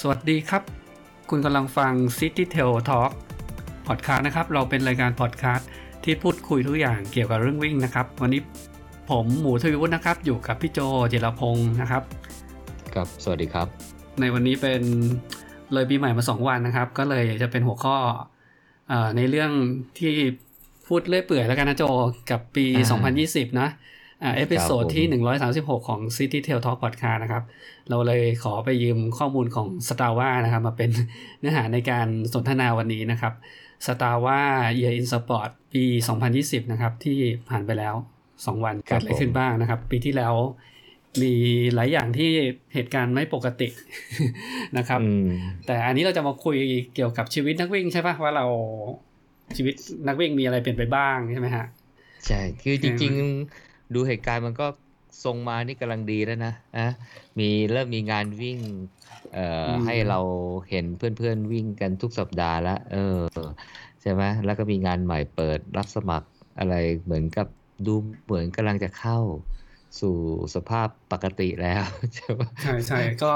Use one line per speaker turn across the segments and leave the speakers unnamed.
วัสดีครับคุณกำลังฟัง City Tail Talk พอดคาสต์นะครับเราเป็นรายการพอดคาสต์ที่พูดคุยทุกอย่างเกี่ยวกับเรื่องวิ่งนะครับวันนี้ผมหมูทวีวุฒินะครับอยู่กับพี่โจจิรพงศ์นะครับ
ครับสวัสดีครับ
ในวันนี้เป็นเลยปีใหม่มา2วันนะครับก็เลยจะเป็นหัวข้อในเรื่องที่พูดเลื่อยเปื่อยแล้วกันนะโจกับปี2020นะเอพิโซดที่136ของ City Tail Talk Podcast นะครับเราเลยขอไปยืมข้อมูลของ Strava นะครับมาเป็นเนื้อหาในการสนทนาวันนี้นะครับ Strava Year in Sport ปี2020นะครับที่ผ่านไปแล้ว2วันเกิดอะไรขึ้นบ้างนะครับปีที่แล้วมีหลายอย่างที่เหตุการณ์ไม่ปกตินะครับแต่อันนี้เราจะมาคุยเกี่ยวกับชีวิตนักวิ่งใช่ปะว่าเราชีวิตนักวิ่งมีอะไรเปลี่ยนไปบ้างใช่ไหมฮะ
ใช่คือจริงๆดูเหตุการณ์มันก็ทรงมานี่กำลังดีแล้วนะเริ่มมีงานวิ่งให้เราเห็นเพื่อนๆวิ่งกันทุกสัปดาห์แล้วใช่ไหมแล้วก็มีงานใหม่เปิดรับสมัครอะไรเหมือนกับดูเหมือนกำลังจะเข้าสู่สภาพปกติแล้วใช่ไหม
ใช่ก็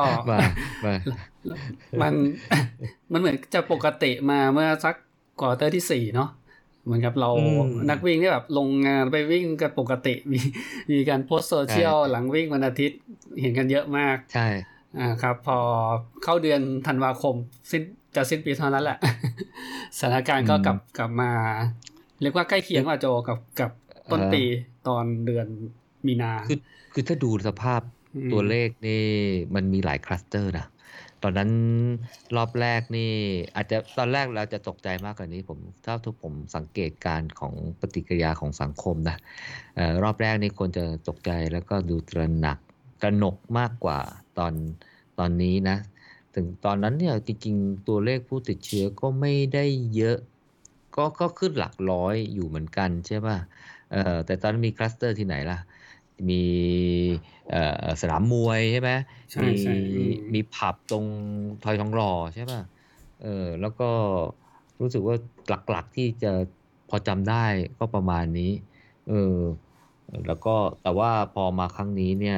มันเหมือนจะปกติมาเมื่อสักควอเตอร์ที่4เนาะเหมือนกับเรานักวิ่งที่แบบลงงานไปวิ่งกันปกติมีการโพสต์โซเชียลหลังวิ่งวันอาทิตย์เห็นกันเยอะมาก
ใช่
ครับพอเข้าเดือนธันวาคมสิ้นปีเท่านั้นแหละสถานการณ์ก็กลับมาเรียกว่าใกล้เคียงว่าโจกับต้นปีตอนเดือนมีนา
คือถ้าดูสภาพตัวเลขนี่มันมีหลายคลัสเตอร์นะตอนนั้นรอบแรกนี่อาจจะตอนแรกเราจะตกใจมากกว่านี้ผมสังเกตการของปฏิกิริยาของสังคมนะรอบแรกนี่คนจะตกใจแล้วก็ดูตระหนกมากกว่าตอนนี้นะถึงตอนนั้นเนี่ยจริงๆตัวเลขผู้ติดเชื้อก็ไม่ได้เยอะก็ขึ้นหลักร้อยอยู่เหมือนกันใช่ป่ะแต่ตอนนั้นมีคลัสเตอร์ที่ไหนล่ะมีสนามมวยใช่ไหมมีผับตรงทอยทองหล่อใช่ป่ะแล้วก็รู้สึกว่าหลักๆที่จะพอจำได้ก็ประมาณนี้แล้วก็แต่ว่าพอมาครั้งนี้เนี่ย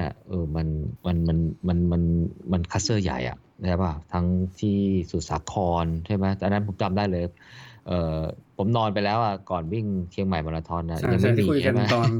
มันคัสเตอร์ใหญ่อะใช่ป่ะทั้งที่สุสาครใช่ไหมตอนนั้นผมจำได้เลยผมนอนไปแล้วอ่ะก่อนวิ่งเชียงใหม่มาราธอนนะยังไม่มี
ใช่ไหมตอน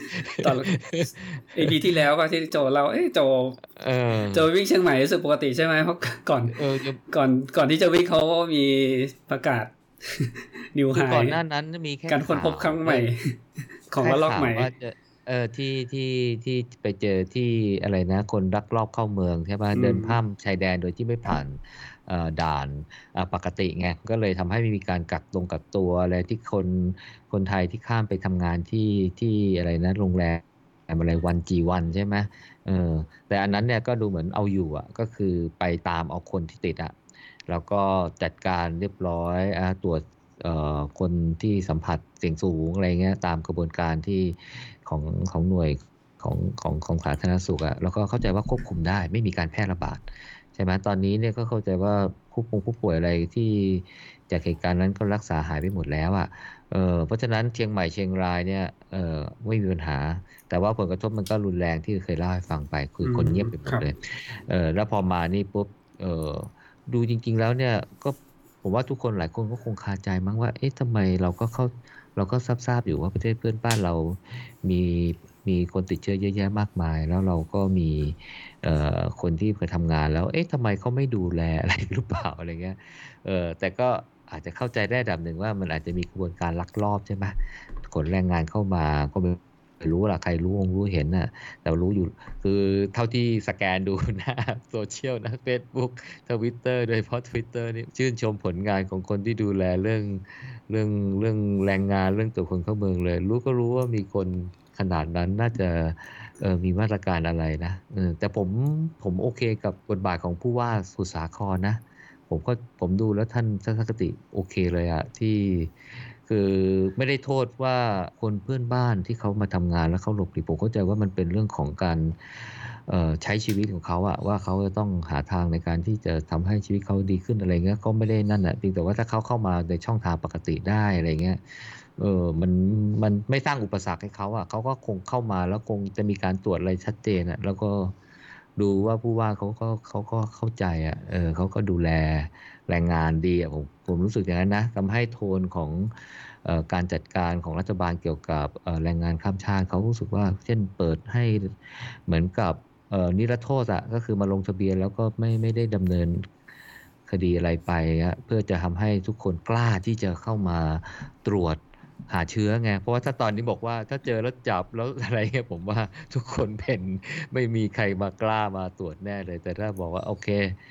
EP ที่แล้วก็ที่โจเราโจวิ่งเชียงใหม่รู้สึกปกติใช่ไหมเพราะก่อนที่จะวิ่งเขามีประกาศนิวไฮ
ก่อนหน้านั้นมีแค่
การค้นพบครั้งใหม่ของระลอกใหม่
ที่ไปเจอที่อะไรนะคนลักลอบเข้าเมืองใช่ป่ะเดินข้ามชายแดนโดยที่ไม่ผ่านด่านปกติไงก็เลยทำให้มีการกักตัวอะไรที่คนไทยที่ข้ามไปทำงานที่อะไรนะโรงแรมอะไร1G1ใช่ไหมแต่อันนั้นเนี่ยก็ดูเหมือนเอาอยู่อ่ะก็คือไปตามเอาคนที่ติดอ่ะแล้วก็จัดการเรียบร้อยตรวจคนที่สัมผัสเสี่ยงสูงอะไรเงี้ยตามกระบวนการที่ของหน่วยของสาธารณสุขอะแล้วก็เข้าใจว่าควบคุมได้ไม่มีการแพร่ระบาดใช่ไหมตอนนี้เนี่ยก็เข้าใจว่าผู้ป่วยอะไรที่จากเหตุการณ์นั้นก็รักษาหายไปหมดแล้วอ่ะเพราะฉะนั้นเชียงใหม่เชียงรายเนี่ยไม่มีปัญหาแต่ว่าผลกระทบมันก็รุนแรงที่เคยเล่าให้ฟังไปคือคนเงียบไปหมดเลยแล้วพอมานี่ปุ๊บดูจริงๆแล้วเนี่ยก็ผมว่าทุกคนหลายคนก็คงคาใจมั้งว่าเอ๊ะทำไมเราก็ทราบอยู่ว่าประเทศเพื่อนบ้านเรามีคนติดเชื้อเยอะแยะมากมายแล้วเราก็มีคนที่เคยทำงานแล้วเอ๊ะทำไมเขาไม่ดูแลอะไรหรือเปล่าอะไรเงี้ยแต่ก็อาจจะเข้าใจได้ระดับหนึ่งว่ามันอาจจะมีกระบวนการลักลอบใช่ไหมขนแรงงานเข้ามาก็ไม่รู้ล่ะใครรู้เห็นน่ะแต่รู้อยู่คือเท่าที่สแกนดูนะโซเชียลนะ Facebook Twitter โดยเฉพาะ Twitter นี่ชื่นชมผลงานของคนที่ดูแลเรื่องแรงงานเรื่องตัวคนเข้าเมืองเลยรู้ว่ามีคนขนาดนั้นน่าจะมีมาตรการอะไรนะแต่ผมโอเคกับบทบาทของผู้ว่าสมุทรสาครนะผมดูแล้วท่านทัศนคติโอเคเลยอะที่คือไม่ได้โทษว่าคนเพื่อนบ้านที่เขามาทำงานแล้วเขาหลบหลีกผมเข้าใจว่ามันเป็นเรื่องของการใช้ชีวิตของเขาอะว่าเขาจะต้องหาทางในการที่จะทำให้ชีวิตเขาดีขึ้นอะไรเงี้ยก็ไม่ได้นั่นอะเพียงแต่ว่าถ้าเขาเข้ามาในช่องทางปกติได้อะไรเงี้ยมันไม่สร้างอุปสรรคให้เขาอ่ะเขาก็คงเข้ามาแล้วคงจะมีการตรวจอะไรชัดเจนอ่ะแล้วก็ดูว่าผู้ว่าเขาก็เข้าใจอ่ะเขาก็ดูแลแรงงานดีอ่ะผมรู้สึกอย่างนั้นนะทำให้โทนของการจัดการของรัฐบาลเกี่ยวกับแรงงานข้ามชาติเขารู้สึกว่าเช่นเปิดให้เหมือนกับนิรโทษอ่ะก็คือมาลงทะเบียนแล้วก็ไม่ได้ดำเนินคดีอะไรไปอะเพื่อจะทำให้ทุกคนกล้าที่จะเข้ามาตรวจหาเชื้อไงเพราะว่าถ้าตอนนี้บอกว่าถ้าเจอแล้วจับแล้วอะไรเงี้ยผมว่าทุกคนเป็นไม่มีใครมากล้ามาตรวจแน่เลยแต่ถ้าบอกว่าโอเค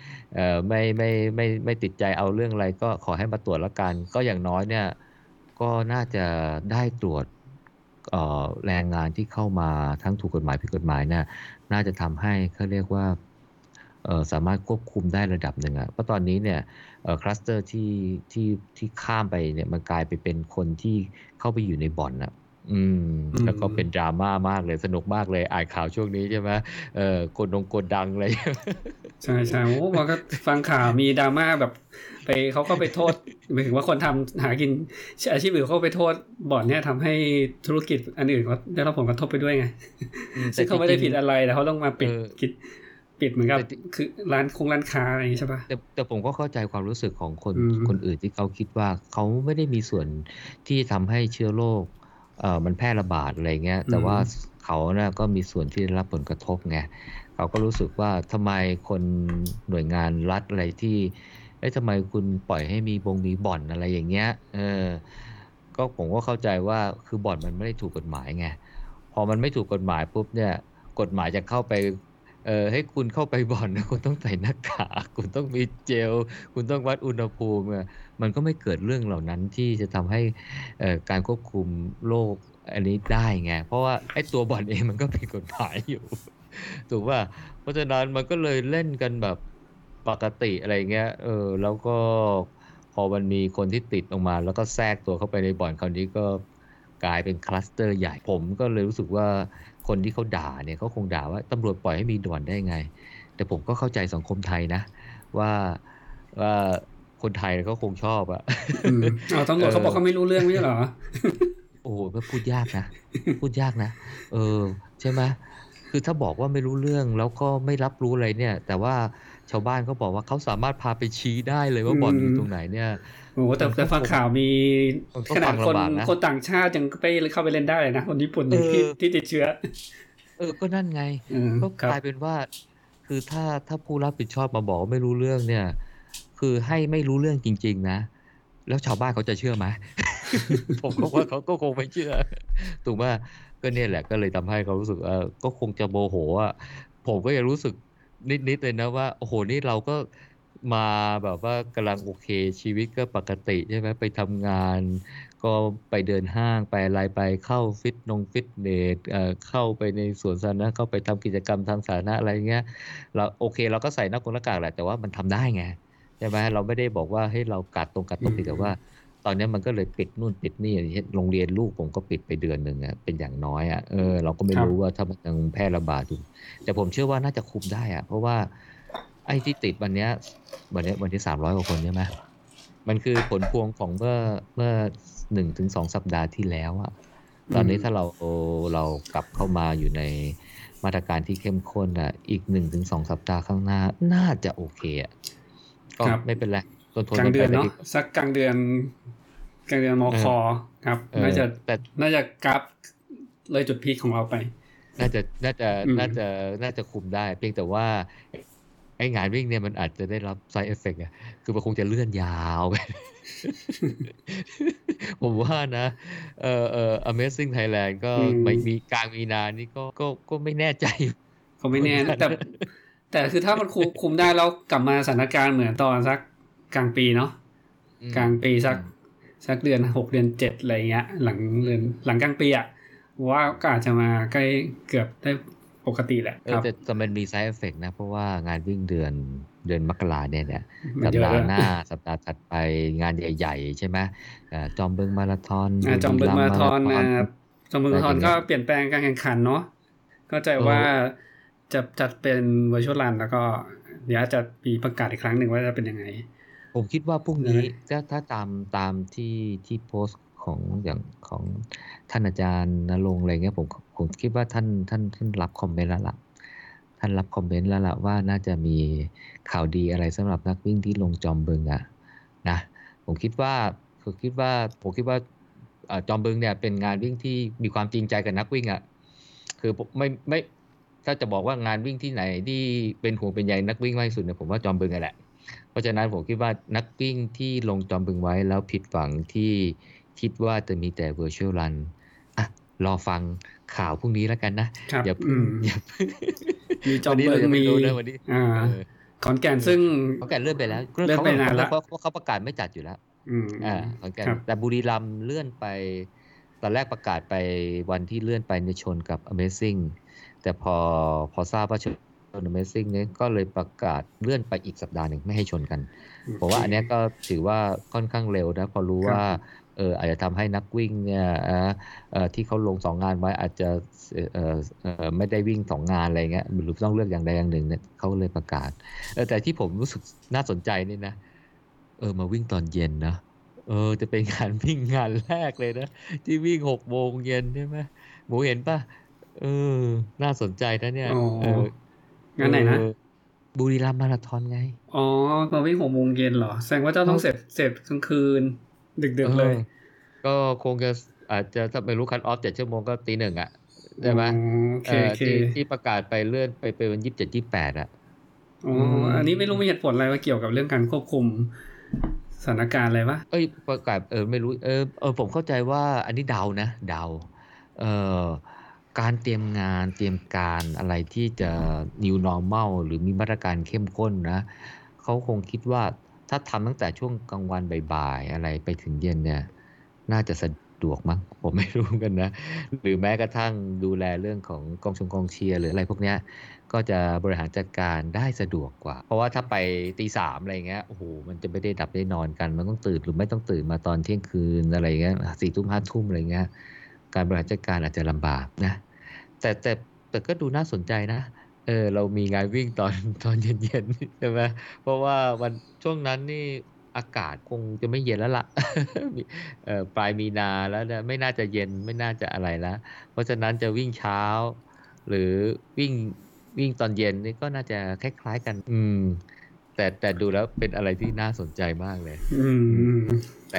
ไม่ติดใจเอาเรื่องอะไรก็ขอให้มาตรวจแล้วกันก็อย่างน้อยเนี่ยก็น่าจะได้ตรวจแรงงานที่เข้ามาทั้งถูกกฎหมายผิดกฎหมายเนี่ยน่าจะทำให้เขาเรียกว่าสามารถควบคุมได้ระดับหนึ่งอ่ะเพราะตอนนี้เนี่ยคลัสเตอร์ที่ข้ามไปเนี่ยมันกลายไปเป็นคนที่เข้าไปอยู่ในบ่อนอ่ะแล้วก็เป็นดราม่ามากเลยสนุกมากเลยอ่านข่าวช่วงนี้ใช่ไหมโกนดังอะไร
ใช่ใช่โอ้พอก็ฟังข่าวมีดราม่าแบบไปเขาก็ไปโทษหมายถึงว่าคนทำหากินอาชีพอื่นเขาไปโทษบ่อนเนี่ยทำให้ธุรกิจอันอื่นเขาได้รับผลกระทบไปด้วยไงซึ่งเขาไม่ได้ผิดอะไรแต่เขาต้องมาปิดเหมือนกับคือร้านค้าอะไรอย่างนี้ใช่ปะ
แต่ผมก็เข้าใจความรู้สึกของคนอื่นที่เขาคิดว่าเขาไม่ได้มีส่วนที่ทำให้เชื้อโรคมันแพร่ระบาดอะไรเงี้ยแต่ว่าเขาเนี่ยก็มีส่วนที่ได้รับผลกระทบไงเขาก็รู้สึกว่าทำไมคนหน่วยงานรัฐอะไรที่ทำไมคุณปล่อยให้มีบ่อนอะไรอย่างเงี้ยก็ผมก็เข้าใจว่าคือบ่อนมันไม่ได้ถูกกฎหมายไงพอมันไม่ถูกกฎหมายปุ๊บเนี่ยกฎหมายจะเข้าไปให้คุณเข้าไปบ่อนนะคุณต้องใส่หน้ากากคุณต้องมีเจลคุณต้องวัดอุณหภูมิมันก็ไม่เกิดเรื่องเหล่านั้นที่จะทำให้การควบคุมโรคอันนี้ได้ไงเพราะว่าไอ้ตัวบ่อนเองมันก็ผิดกฎหมายอยู่ถูกป่ะเพราะฉะนั้นมันก็เลยเล่นกันแบบปกติอะไรเงี้ยแล้วก็พอมันมีคนที่ติดออกมาแล้วก็แทรกตัวเข้าไปในบ่อนคราวนี้ก็กลายเป็นคลัสเตอร์ใหญ่ผมก็เลยรู้สึกว่าคนที่เขาด่าเนี่ยเขาคงด่าว่าตำรวจปล่อยให้มีบ่อนได้ไงแต่ผมก็เข้าใจสังคมไทยนะว่าว่าคนไทยเขาคงชอบอะ
ตำรวจเขาบอกเขาไม่รู้เรื่องไม่ใช่เหรอ
โอ้โหพูดยากนะพูดยากนะใช่ไหมคือถ้าบอกว่าไม่รู้เรื่องแล้วก็ไม่รับรู้อะไรเนี่ยแต่ว่าชาวบ้านเขาบอกว่าเขาสามารถพาไปชี้ได้เลยว่าบ่อนอยู่ตรงไหนเนี่ย
โอ้แต่ฟังข่าวมีขนาดคนต่างชาติยังไปเข้าไปเล่นได้เลยนะคนญี่ปุ่นที่ติดเชื้อ
ก็นั่นไงก็กลายเป็นว่าคือถ้าผู้รับผิดชอบมาบอกว่าไม่รู้เรื่องเนี่ยคือให้ไม่รู้เรื่องจริงๆนะแล้วชาวบ้านเขาจะเชื่อไหม ผมก็ว่าเขาก็คงไม่เชื่อถูกไหมก็เนี่ยแหละก็เลยทำให้เขารู้สึกก็คงจะโมโหอ่ะผมก็ยังรู้สึกนิดเลยนะว่าโอ้โหนี่เราก็มาแบบว่ากำลังโอเคชีวิตก็ปกติใช่ไหมไปทำงานก็ไปเดินห้างไปอะไรไปเข้าฟิตเนสเข้าไปในสวนสาธารณะเข้าไปทำกิจกรรมทางสาธารณะอะไรเงี้ยเราโอเคเราก็ใส่หน้ากากแหละแต่ว่ามันทำได้ไงใช่ไหมเราไม่ได้บอกว่าให้เรากัดตรงผิดแต่ว่าตอนนี้มันก็เลยปิดนู่นปิดนี่อย่างเช่นโรงเรียนลูกผมก็ปิดไปเดือนหนึ่งอ่ะเป็นอย่างน้อยอ่ะเราก็ไม่รู้ว่าถ้ามันยังแพร่ระบาดอยู่แต่ผมเชื่อว่าน่าจะคุมได้อ่ะเพราะว่าไอ้ที่ติดวันที่300 กว่าคนใช่ไหมมันคือผลพวงของเมื่อ1 ถึง 2 สัปดาห์ที่แล้วอ่ะตอนนี้ถ้าเรากลับเข้ามาอยู่ในมาตรการที่เข้มข้นอ่ะอีก1 ถึง 2 สัปดาห์ข้างหน้าน่าจะโอเคอ่ะก็ไม่เป็นไร
กลางเดือนเนาะสักกลางเดือนมคครับน่าจะกราฟเลยจุดพีคของเราไป
น่าจะคุมได้เพียงแต่ว่าไอ้งานวิ่งเนี่ยมันอาจจะได้รับ side effect อ่ะคือมันคงจะเลื่อนยาวไป ผมว่านะAmazing Thailand ก็มีกลางมีนานี่ก็ไม่แน่ใจ
เขาไม่แน่แต่คือถ้ามันคุมได้แล้วกลับมาสถานการณ์เหมือนตอนสักกลางปีเนาะกลางปีสักเดือน6 เดือน 7อะไรเงี้ยหลังกลางปีอ่ะว่าก็อาจจะมาใกล้เกือบได้ปกติแหละครับ
แต่มันมี side effect นะเพราะว่างานวิ่งเดือนมกราเนี่ยสัปดาห์หน้าสัปดาห์ถัดไปงานใหญ่ๆใช่ไหมจอมบึงมาราธอน
จอมบึงมาราธอนจอมบึงมาราธอนก็เปลี่ยนแปลงการแข่งขันเนาะเข้าใจว่าจะจัดเป็น virtual run แล้วก็เดี๋ยวจะมีประกาศอีกครั้งหนึ่งว่าจะเป็นยังไง
ผมคิดว่าพรุ่งนี้ถ้าตามที่โพสต์ของอย่างของท่านอาจารย์ณรงค์อะไรเงี้ยผมคิดว่าท่านรับคอมเมนต์แล้วล่ะท่านรับคอมเมนต์แล้วล่ะว่าน่าจะมีข่าวดีอะไรสำหรับนักวิ่งที่ลงจอมบึงนะผมคิดว่าผมคิดว่าจอมบึงเนี่ยเป็นงานวิ่งที่มีความจริงใจกับนักวิ่งคือผมไม่ถ้าจะบอกว่างานวิ่งที่ไหนที่เป็นห่วงเป็นใยนักวิ่งมากที่สุดเนี่ยผมว่าจอมบึงแหละเพราะฉะนั้นผมคิดว่านักวิ่งที่ลงจอมบึงไว้แล้วผิดหวังที่คิดว่าจะมีแต่ virtual run รอฟังข่าวพรุ่งนี้แล้วกันนะอย่าเพิ่ง
มีจอมบึงมีขอนแก่นซึ่ง
ขอนแก่นเลื่อนไปแล้ว
เลื่อนไปนานแล้ว
เพราะเขาประกาศไม่จัดอยู่แล้วขอนแก่นแต่บุรีรัมย์เลื่อนไปตอนแรกประกาศไปวันที่เลื่อนไปในชนกับ Amazing แต่พอทราบว่าชน Amazing เนี่ยก็เลยประกาศเลื่อนไปอีกสัปดาห์หนึ่งไม่ให้ชนกันผมว่าอันนี้ก็ถือว่าค่อนข้างเร็วนะพอรู้ว่าอาจจะทำให้นักวิ่งเนี่ยที่เขาลง2 งานไว้อาจจะไม่ได้วิ่ง2 งานอะไรเงี้ยหรือต้องเลือกอย่างใดอย่างหนึ่งเนี่ยเขาเลยประกาศแต่ที่ผมรู้สึกน่าสนใจนี่นะมาวิ่งตอนเย็นนะจะเป็นงานวิ่งงานแรกเลยนะที่วิ่ง6 โมงเย็นใช่ไหมหมูเห็นป่ะน่าสนใจนะเนี่ย
งานไหนนะ
บุรีรัมย์มาราธอนไง
มาวิ่ง6 โมงเย็นเหรอแสดงว่าเจ้าต้องเสร็จกลางคืนดึกๆเลย
ก็คงจะอาจจะถ้าไม่รู้คัทออฟ7 ชั่วโมงก็ตี 1ใช่ไหมที่ประกาศไปเลื่อนไปวัน27-28
อันนี้ไม่รู้มีเหตุผลอะไรว่าเกี่ยวกับเรื่องการควบคุมสถานการณ์อะไรวะ
ประกาศไม่รู้ผมเข้าใจว่าอันนี้เดานะการเตรียมงานเตรียมการอะไรที่จะ new normal หรือมีมาตรการเข้มข้นนะเขาคงคิดว่าถ้าทำตั้งแต่ช่วงกลางวันบ่ายๆอะไรไปถึงเย็นเนี่ยน่าจะสะดวกมั้งผมไม่รู้กันนะหรือแม้กระทั่งดูแลเรื่องของกองเชียร์หรืออะไรพวกเนี้ยก็จะบริหารจัดการได้สะดวกกว่าเพราะว่าถ้าไปตี 3อะไรเงี้ยโอ้โหมันจะไม่ได้ดับได้นอนกันมันต้องตื่นหรือไม่ต้องตื่นมาตอนเที่ยงคืนอะไรเงี้ย4 ทุ่ม 5 ทุ่มอะไรเงี้ยการบริหารจัดการอาจจะลำบากนะแต่ก็ดูน่าสนใจนะเรามีงานวิ่งตอนเย็นๆใช่ไหมเพราะว่าวันช่วงนั้นนี่อากาศคงจะไม่เย็นแล้วล่ะ ปลายมีนาแล้วนะไม่น่าจะเย็นไม่น่าจะอะไรแล้วเพราะฉะนั้นจะวิ่งเช้าหรือวิ่งตอนเย็นนี่ก็น่าจะคล้ายๆกันแต่ดูแล้วเป็นอะไรที่น่าสนใจมากเลยแต่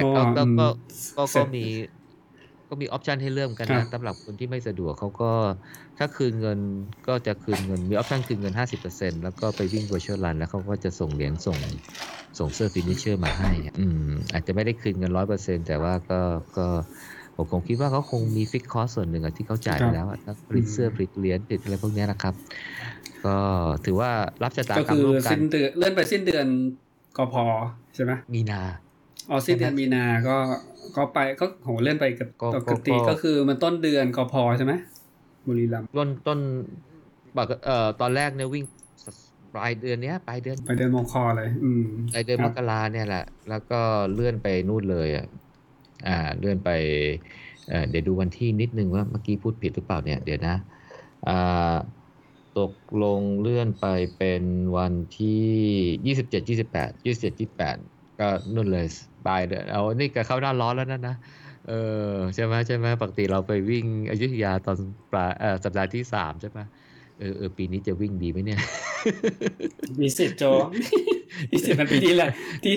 ก็มีออปชันให้เลือกกันนะสำหรับคนที่ไม่สะดวกเขาก็ถ้าคืนเงินก็จะคืนเงินมีออปชันคืนเงิน 50% แล้วก็ไปวิ่ง virtual run แล้วเขาก็จะส่งเหรียญส่งเสื้อฟินิชเชอร์มาให้อาจจะไม่ได้คืนเงิน 100% แต่ว่าก็ผมคงคิดว่าเขาคงมีฟิกคอสส่วนหนึ่งที่เขาจ่ายไปแล้วทั้งผลิตเสื้อผลิตเหรียญผลิตอะไรพวกนี้นะครับก็ถือว่ารับชะตากรรมร่วมกัน
เลื่อนไปสิ้นเดือนกพใช่ไหม
มีนา
สิ้นเดือนมีนาก็ไปก็โหเลื่อนไปกับปกติก็คือมันต้นเดือนกพใช่ไหมบุรีรัมย์
ต้นตอนแรกเนี่ยวิ่งปลายเดือนเนี้ยปลายเดือน
มกราเลย
ปลายเดือนมกราเนี่ยแหละแล้วก็เลื่อนไปนู่นเลยเลื่อนไปเดี๋ยวดูวันที่นิดนึงว่าเมื่อกี้พูดผิดหรือเปล่าเนี่ยเดี๋ยวนะตกลงเลื่อนไปเป็นวันที่27-28ก็นู่นเลยปลายเดือนนี่ก็เข้าหน้าร้อนแล้วนะใช่ไหมปกติเราไปวิ่งอยุธยาตอนสัปดาห์ที่3ใช่ไหมปีนี้จะวิ่งดีไหมเนี่ย
มีสิทธิ์โจมีสิทธิ์มันปีที่แล้วที่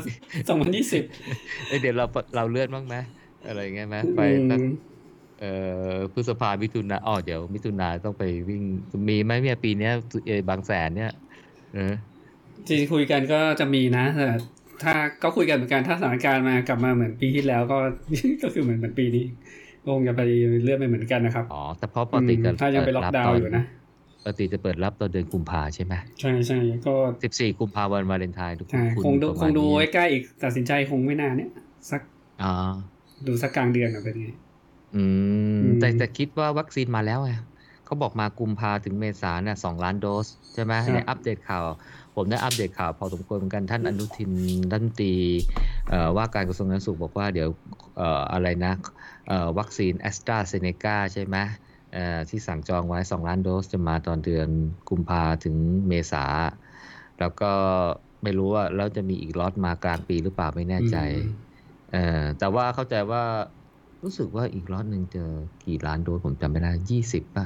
2020
เดี๋ยวเราเลื่อนบ้างไหมอะไรเงี้ยไหมไปตั้งพฤษภามิถุนาเดี๋ยวมิถุนาต้องไปวิ่งมีไหมเนี่ยปีนี้บางแสนเนี่ย
ที่คุยกันก็จะมีนะแต่ถ้าก็คุยกันเหมือนกันถ้าสถานการณ์กลับมาเหมือนปีที่แล้วก็คือเหมือนปีนี้คงจะไปเลื่อนไปเหมือนกันนะครับ
แต่เพราะปกติ
ถ้ายังไปล็อกดาวน์อยู่นะ
ปกติจะเปิดรับตอนเดือนกุมภาใช่ไหม
ใช่ก็
14 กุมภาพันธ์วาเลนไทน์ทุก
คนคงดูไว้ใกล้อีกตัดสินใจคงไม่นานเนี่ยสักดูสักกลางเดือนเป็นไง
แต่คิดว่าวัคซีนมาแล้วไงเขาบอกมากุมภาถึงเมษาเนี่ย2 ล้านโดสใช่ไหมในอัปเดตข่าวผมได้อัปเดตข่าวพอสมควรเหมือนกันท่านอนุทินรัฐมนตรีว่าการกระทรวงสาธารณสุขบอกว่าเดี๋ยวอะไรนะวัคซีนแอสตราเซเนกาใช่ไหมที่สั่งจองไว้2 ล้านโดสจะมาตอนเดือนกุมภาถึงเมษาแล้วก็ไม่รู้ว่าแล้วจะมีอีกล็อตมากลางปีหรือเปล่าไม่แน่ใจแต่ว่าเข้าใจว่ารู้สึกว่าอีกล็อตนึงจะกี่ล้านโดสผมจำไม่ได้20ป่ะ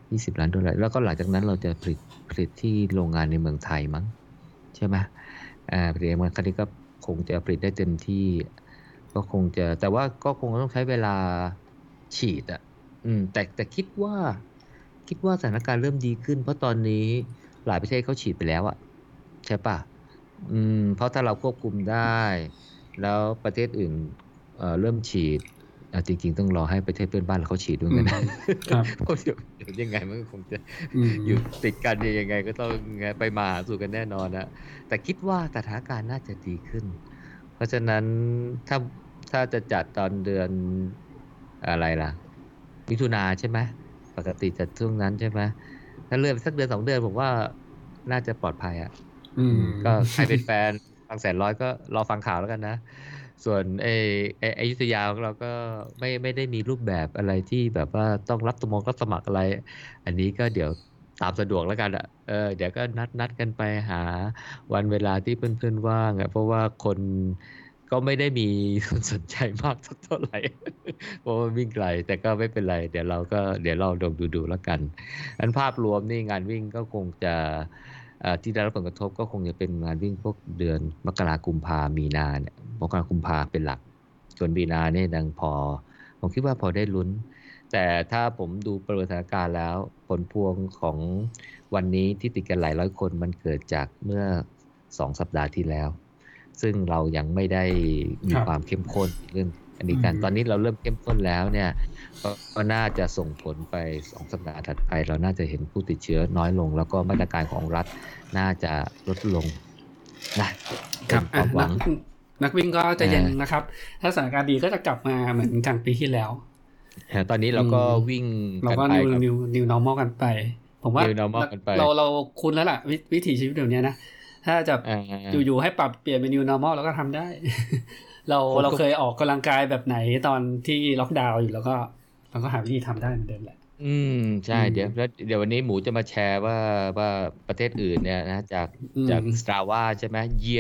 $20 ล้านแล้วก็หลังจากนั้นเราจะผลิตที่โรงงานในเมืองไทยมั้งใช่ไหมผลิตเองมันคราวนี้ก็คงจะผลิตได้เต็มที่ก็คงจะแต่ว่าก็คงต้องใช้เวลาฉีดอ่ะแต่คิดว่าสถานการณ์เริ่มดีขึ้นเพราะตอนนี้หลายประเทศเขาฉีดไปแล้วอะใช่ปะเพราะถ้าเราควบคุมได้แล้วประเทศอื่นเริ่มฉีดจริงๆต้องรอให้ประเทศเพื่อนบ้านเขาฉีดด้วยกันนะครับเพราะเดี๋ยวยังไงมันก็คงจะอยู่ติดกันยังไงก็ต้องไปมาหาสู่กันแน่นอนนะแต่คิดว่าสถานการณ์น่าจะดีขึ้นเพราะฉะนั้นถ้าจะจัดตอนเดือนอะไรล่ะมิถุนาใช่ไหมปกติจัดช่วงนั้นใช่ไหมถ้าเลื่อนไปสักเดือน2 เดือนผมว่าน่าจะปลอดภัยอ่ะก็ใครเป็นแฟนบางแสนร้อยก็รอฟังข่าวแล้วกันนะส่วนอยุธยาของเราก็ไม่ได้มีรูปแบบอะไรที่แบบว่าต้องรับสมัครอะไรอันนี้ก็เดี๋ยวตามสะดวกแล้วกันอ่ะเดี๋ยวก็นัดกันไปหาวันเวลาที่เพื่อนๆว่างอ่ะเพราะว่าคนก็ไม่ได้มีคนสนใจมากเท่าไหร่เพราะว่าวิ่งไกลแต่ก็ไม่เป็นไรเดี๋ยวเราลองดูแล้วกันอันภาพรวมนี่งานวิ่งก็คงจะที่ได้รับผลกระทบก็คงจะเป็นงานวิ่งพวกเดือนมกราคมกุมภามีนาเนี่ยมกราคมกุมภาเป็นหลักส่วนมีนาเนี่ยดังพอผมคิดว่าพอได้ลุ้นแต่ถ้าผมดูประเมินสถานการณ์แล้วผลพวงของวันนี้ที่ติดกันหลายร้อยคนมันเกิดจากเมื่อ2 สัปดาห์ที่แล้วซึ่งเรายังไม่ได้มีความเข้มข้นเรื่องอันนี้กันตอนนี้เราเริ่มเข้มข้นแล้วเนี่ยก็น่าจะส่งผลไป2 สัปดาห์ถัดไปเราน่าจะเห็นผู้ติดเชื้อน้อยลงแล้วก็มาตรการของรัฐน่าจะลดลง
นะครับนักวิ่งก็จะยังนะครับถ้าสถานการณ์ดีก็จะกลับมาเหมือนกลางปีที่แล้ว
ตอนนี้เราก็วิ่ง
เราก็ new normal กันไปผมว่าเราคุ้นแล้วล่ะวิถีชีวิตเดี๋ยวนี้นะถ้าจะอยู่ๆให้ปรับเปลี่ยนเป็น new normal เราก็ทำได้ เราเคยออกกำลังกายแบบไหนตอนที่ล็อกดาวน์อยู่แล้วก็เราก็หาวิธีทำได้เหมือนเดิมแหละ
ใช่เดี๋ยววันนี้หมูจะมาแชร์ว่าประเทศอื่นเนี่ยนะจาก Strava ใช่ไหม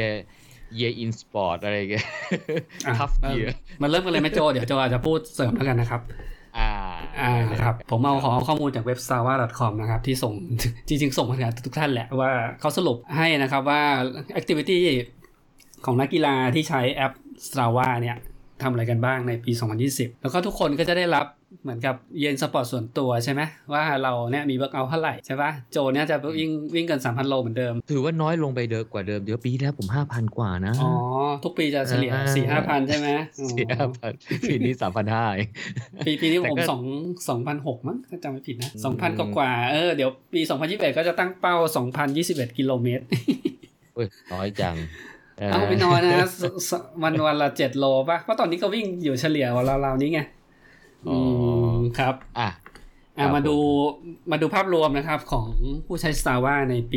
year in sport อะไรเงี้ย tough year
มันเริ่มกันเลยไหมโจเดี๋ยวโจอาจจะพูดเสริมแล้วกันนะครับครับผมเอาข้อมูลจากเว็บ strava.com นะครับที่ส่งจริงๆส่งมาถึงทุกท่านแหละว่าเขาสรุปให้นะครับว่า activity ของนักกีฬาที่ใช้แอป Strava เนี่ยทำอะไรกันบ้างในปี 2020 แล้วก็ทุกคนก็จะได้รับเหมือนกับเย็นสปอร์ตส่วนตัวใช่ไหมว่าเราเนี่ยมีเวิร์กเอาท์เท่าไหร่ใช่ป่ะโจเนี่ยจะวิ่งกัน 3,000 โลเหมือนเดิม
ถือว่าน้อยลงไปกว่าเดิมเดี๋ยวปีแล้วผม 5,000 กว่านะ
ทุกปีจะเฉลี่ย 4-5,000 ใช่ไหม
4-5,000 ปีนี้ 3,500
ปีนี้ผม2,600 มั้งถ้าจำไม่ผิดนะ 2,000 กว่าเดี๋ยวปี 2021 ก็จะตั้งเป้า 2,021 กิโลเมตร
น้อยจัง
เอาไปนอนนะวันละ7 โลป่ะเพราะตอนนี้ก็วิ่งอยู่เฉลี่ยวันราวๆนี้ไงครับมาดูภาพรวมนะครับของผู้ใช้ Strava ในปี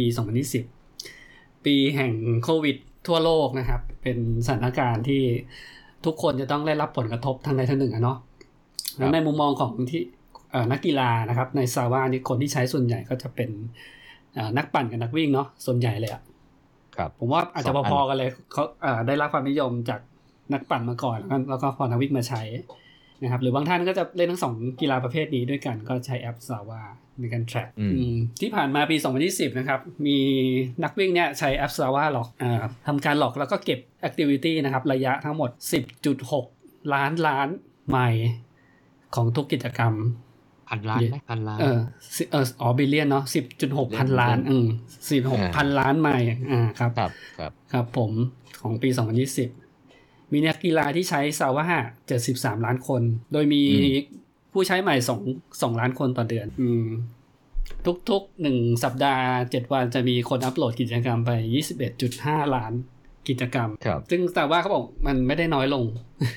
2020 ปีแห่งโควิดทั่วโลกนะครับเป็นสถานการณ์ที่ทุกคนจะต้องได้รับผลกระทบทางใดทางหนึ่งเนาะแล้วในมุมมองของที่นักกีฬานะครับใน Strava นี่คนที่ใช้ส่วนใหญ่ก็จะเป็นนักปั่นกับนักวิ่งเนาะส่วนใหญ่เลยผมว่าอาจจะพอๆกันเลยเขาได้รับความนิยมจากนักปั่นมาก่อนแล้วก็พอนักวิ่งมาใช้นะครับหรือบางท่านก็จะเล่นทั้ง2กีฬาประเภทนี้ด้วยกันก็ใช้แอป Strava ในการ track ที่ผ่านมาปี 2020 นะครับมีนักวิ่งเนี่ยใช้แอป Strava หรอกทำการหลอกแล้วก็เก็บ activity นะครับระยะทั้งหมด 10.6 ล้านไมล์ของทุกกิจกรรม
1,000 ล้านไหม1,000 ล้าน
บิลเลียนเนาะ 10.6 พันล้าน16 พันล้านไมล์ครับผมของปี 2020 มีนักกีฬาที่ใช้ Strava 73 ล้านคนโดยมีผู้ใช้ใหม่2 ล้านคนต่อเดือนทุกๆ1สัปดาห์7 วันจะมีคนอัปโหลดกิจกรรมไป 21.5 ล้านกิจกรรมซึ่ง Strava เขาบอกมันไม่ได้น้อยลง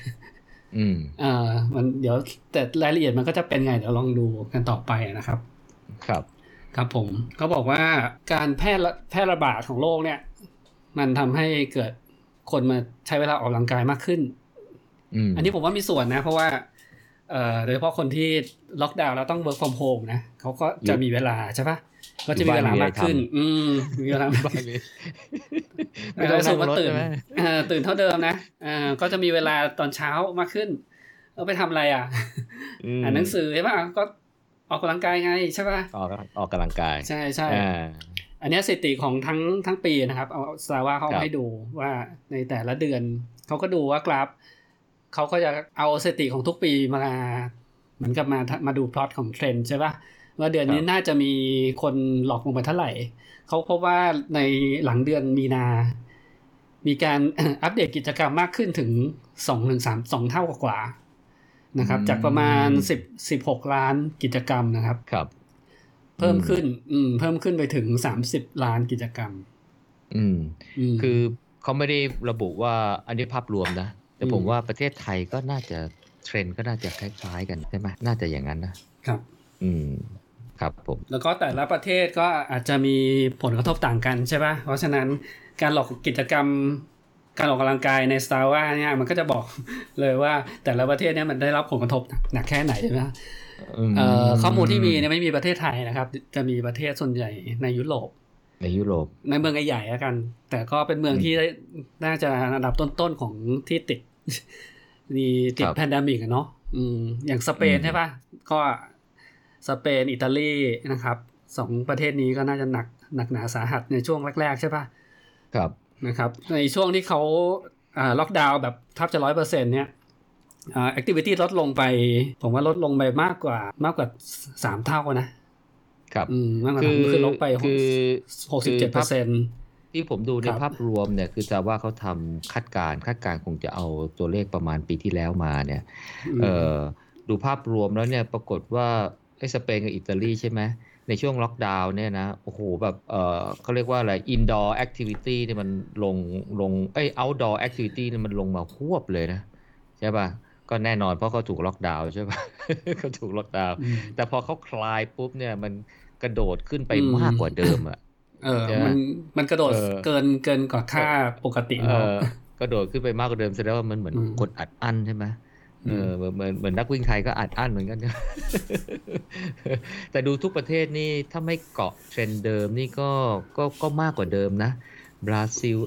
มันเดี๋ยวแต่รายละเอียดมันก็จะเป็นไงเดี๋ยวลองดูกันต่อไปนะครับครับผมเขาบอกว่าการแพร่ระบาดของโรคเนี่ยมันทำให้เกิดคนมาใช้เวลาออกกำลังกายมากขึ้นอันนี้ผมว่ามีส่วนนะเพราะว่าโดยเฉพาะคนที่ล็อกดาวน์แล้วต้อง work from home นะเขาก็จะมีเวลาใช่ปะก็จะมีเวลามากขึ้นมีเวลามากไม่ต้องสูบตื่นเท่าเดิมนะก็จะมีเวลาตอนเช้ามากขึ้นเอาไปทำอะไรอ่านหนังสือใช่ปะก็ออกกำลังกายไงใช่ป่ะ
ออกกำลังกาย
ใช่ใช่อันนี้สถิติของทั้งปีนะครับเอาซาว่าเขาให้ดูว่าในแต่ละเดือนเขาก็ดูว่ากราฟเขาก็จะเอาสถิติของทุกปีมาเหมือนกับมาดูพลอตของเทรนด์ใช่ป่ะว่าเดือนนี้น่าจะมีคนหลอกลงไปเท่าไหร่เขาพบว่าในหลังเดือนมีนามีการ อัปเดตกิจกรรมมากขึ้นถึง 2 เท่ากว่านะครับจากประมาณ16 ล้านกิจกรรมนะครับ
ครับ
เพิ่มขึ้นไปถึง30 ล้านกิจกรรม
คือเขาไม่ได้ระบุว่าอันนี้ภาพรวมนะแต่ผมว่าประเทศไทยก็น่าจะเทรนด์ก็น่าจะคล้ายๆกันใช่ไหมน่าจะอย่างนั้นนะครับครับผม
แล้วก็แต่ละประเทศก็อาจจะมีผลกระทบต่างกันใช่ป่ะเพราะฉะนั้นการหลอกกิจกรรมการออกกำลังกายใน Star Wars เนี่ยมันก็จะบอกเลยว่าแต่ละประเทศเนี่ยมันได้รับผลกระทบหนักแค่ไหนใช่ไหมข้อมูลที่มีเนี่ยไม่มีประเทศไทยนะครับจะมีประเทศส่วนใหญ่ในยุโรปในเมืองใหญ่ๆแล้วกันแต่ก็เป็นเมืองที่น่าจะอันดับต้นๆของที่ติดแพนเดมิกเนาะอย่างสเปนใช่ป่ะก็สเปนอิตาลีนะครับ2ประเทศนี้ก็น่าจะหนักหนาสาหัสในช่วงแรกๆใช่ป่ะ
ครับ
นะครับในช่วงที่เขาล็อกดาวน์แบบแทบจะ 100% เนี่ยแอคทิวิตี้ลดลงไปผมว่าลดลงไปมากกว่า3 เท่านะครับคือลดไป67%
ที่ผมดูในภาพรวมเนี่ยคือจะว่าเขาทำคาดการณ์คงจะเอาตัวเลขประมาณปีที่แล้วมาเนี่ยดูภาพรวมแล้วเนี่ยปรากฏว่าสเปนกับอิตาลีใช่ไหมในช่วงล็อกดาวน์เนี่ยนะโอ้โหแบบเขาเรียกว่าอะไร indoor activity เนี่ยมันลงoutdoor activity เนี่ยมันลงมาฮวบเลยนะใช่ป่ะก็แน่นอนเพราะเขาถูกล็อกดาวน์ใช่ป่ะเขาถูกล็อกดาวน์แต่พอเขาคลายปุ๊บเนี่ยมันกระโดดขึ้นไปมากกว่าเดิมอ่ะ
มันกระโดดเกินกว่าค่าปกติแล้ว
กระโดดขึ้นไปมากกว่าเดิมแสดงว่ามันเหมือนกดอัดอั้นใช่ไหมเหมือนนักวิ่งไทยก็อัดอั้นเหมือนกันแต่ดูทุกประเทศนี่ถ้าไม่เกาะเทรนด์เดิมนี่ก็มากกว่าเดิมนะบราซิล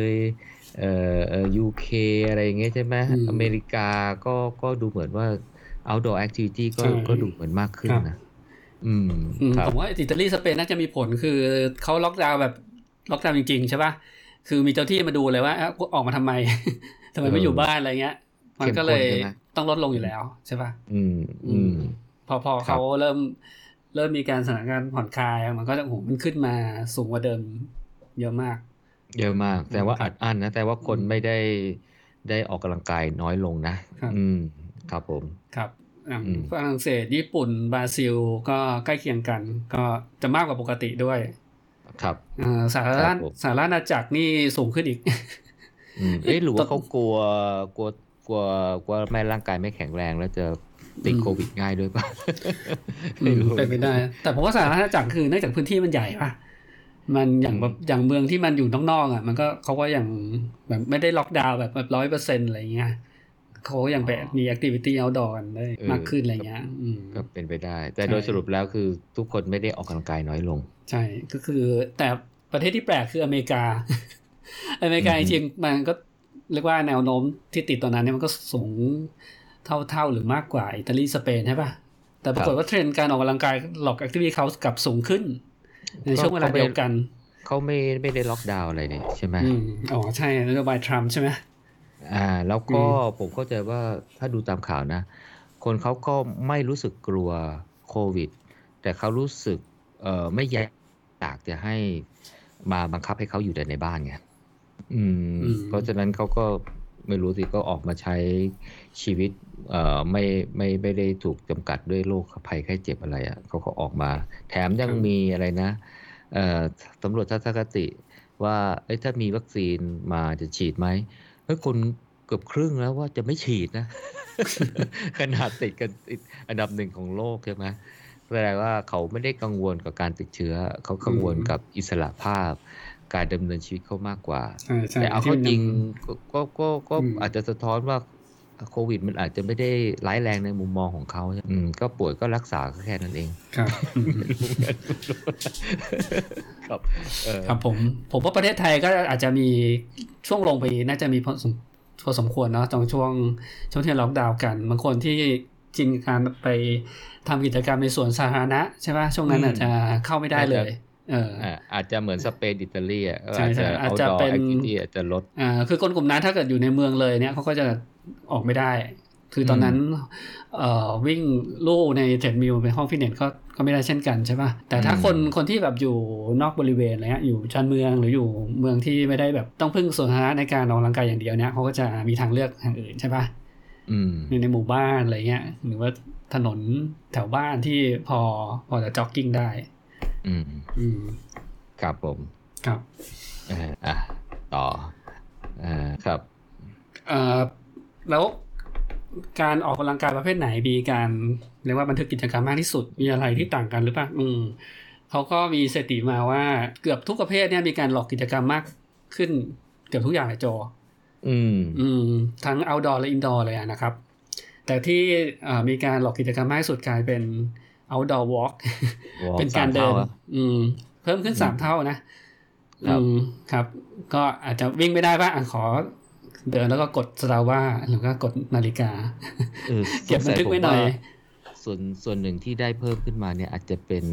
UK อะไรอย่างเงี้ยใช่ไหมอเมริกาก็ดูเหมือนว่า outdoor activity ก็ดูเหมือนมากขึ้นนะ
ผมว่าอิตาลีสเปนน่าจะมีผลคือเขาล็อกดาวน์แบบล็อกดาวน์จริงๆใช่ป่ะคือมีเจ้าที่มาดูเลยว่าออกมาทำไมไม่อยู่บ้านอะไรเงี้ยมันก็เลยต้องลดลงอยู่แล้วใช่ป่ะพอเขาเริ่มมีการสถานการณ์ผ่อนคลายมันก็จะมันขึ้นมาสูงกว่าเดิมเยอะมาก
แต่ว่าอัดอั้นนะแต่ว่าคนไม่ได้ออกกำลังกายน้อยลงนะครับผม
ครับฝรั่งเศสญี่ปุ่นบราซิลก็ใกล้เคียงกันก็จะมากกว่าปกติด้วย
ครับ
สหรัฐอาณาจักรนี่สูงขึ้นอีก
หรือว่าเขากลัวแม่ร่างกายไม่แข็งแรงแล้วจะติดโควิดง่ายด้วยป่ะ
เป็นไปได้แต่ผมว่าสหรัฐอาณาจักรคือเนื่องจากพื้นที่มันใหญ่ป่ะมันอย่างเมืองที่มันอยู่นอกๆอ่ะมันก็เขาก็อย่างแบบไม่ได้ล็อกดาวน์แบบ 100% อะไรอย่างเงี้ยเขายังแบบมีแอคทิวิตี้เอาท์ดอร์กันได้มากขึ้นอะไรเงี้ย
ก็เป็นไปได้แต่โดยสรุปแล้วคือทุกคนไม่ได้ออกกำลังกายน้อยลง
ใช่ก็คือแต่ประเทศที่แปลกคืออเมริกาจริงๆมันก็เรียกว่าแนวโน้มที่ติดตอนนั้นเนี่ยมันก็สูงเท่าหรือมากกว่าอิตาลีสเปนใช่ป่ะแต่ปรากฏว่าเทรนด์การออกกำลังกายหลอกแอคทิวิตี้เขากลับสูงขึ้นในช่วงเวลาเดียวกัน
เขาไม่ได้ล็อกดาวน์อะไรนี่ใช่ไหม
ใช่นโยบายทรัมป์ใช่ไหม
แล้วก็ผมเข้าใจว่าถ้าดูตามข่าวนะคนเขาก็ไม่รู้สึกกลัวโควิดแต่เขารู้สึกไม่อยากจะให้มาบังคับให้เขาอยู่แต่ในบ้านไงเพราะฉะนั้นเขาก็ไม่รู้สิก็ออกมาใช้ชีวิตไม่ได้ถูกจำกัดด้วยโรคภัยไข้เจ็บอะไรอ่ะเขาก็ออกมาแถมยังมีอะไรนะสำรวจทัศนคติว่าถ้ามีวัคซีนมาจะฉีดไหมคนเกือบครึ่งแล้วว่าจะไม่ฉีดนะ ขนาดติดกันอันดับ1ของโลกใช่ไหมแปลว่าเขาไม่ได้กังวลกับการติดเชื้อเขากังวลกับอิสระภาพการดำเนินชีวิตเขามากกว่าแต่เอาเข้าจริงก็อาจจะสะท้อนว่าโควิดมันอาจจะไม่ได้ร้ายแรงในมุมมองของเขาก็ป่วยก็รักษาแค่นั้นเอง
ครับผมว่าประเทศไทยก็อาจจะมีช่วงลงไปน่าจะมีพอสมควรเนาะตรงช่วงที่ล็อกดาวน์กันบางคนที่ชินการไปทำกิจกรรมในสวนสาธารณะใช่ป่ะช่วงนั้นอาจจะเข้าไม่ได้เลย
อาจจะเหมือนสเปนอิตาลี
อาจจะเป็น
activity อาจจะลด
คือคนกลุ่มนั้นถ้าเกิดอยู่ในเมืองเลยเนี่ยเขาก็จะออกไม่ได้คือตอนนั้นวิ่งลู่ในเทรดมิลไปห้องฟิตเนสก็ไม่ได้เช่นกันใช่ป่ะแต่ถ้าคนที่แบบอยู่นอกบริเวณอะไรเงี้ยอยู่ชานเมืองหรืออยู่เมืองที่ไม่ได้แบบต้องพึ่งสวนสาธารณะในการออกกำลังกายอย่างเดียวเนี่ยเขาก็จะมีทางเลือกทางอื่นใช่ป่ะในหมู่บ้านอะไรเงี้ยหรือว่าถนนแถวบ้านที่พอจะจ็อกกิ้งได้
ครับผม
ครับ
ต่อครับ
แล้วการออกกำลังกายประเภทไหนมีการเรียกว่าบันทึกกิจกรรมมากที่สุดมีอะไรที่ต่างกันหรือเปล่าเขาก็มีสถิติมาว่าเกือบทุกประเภทเนี่ยมีการหลอกกิจกรรมมากขึ้นเกือบทุกอย่างเลยโจทั้ง outdoor และ indoor เลยนะครับแต่ที่มีการหลอกกิจกรรมมากที่สุดกลายเป็น outdoor walk เป็นการเดินเพิ่มขึ้น3เท่านะครับก็อาจจะวิ่งไม่ได้ป่ะขอเดินแล้วก็กดสตาร์ว่าหรือก็กดนาฬิกาเก็บบันทึกไว้หน่อย
ส่วนหนึ่งที่ได้เพิ่มขึ้นมาเนี่ยอาจจะเป็น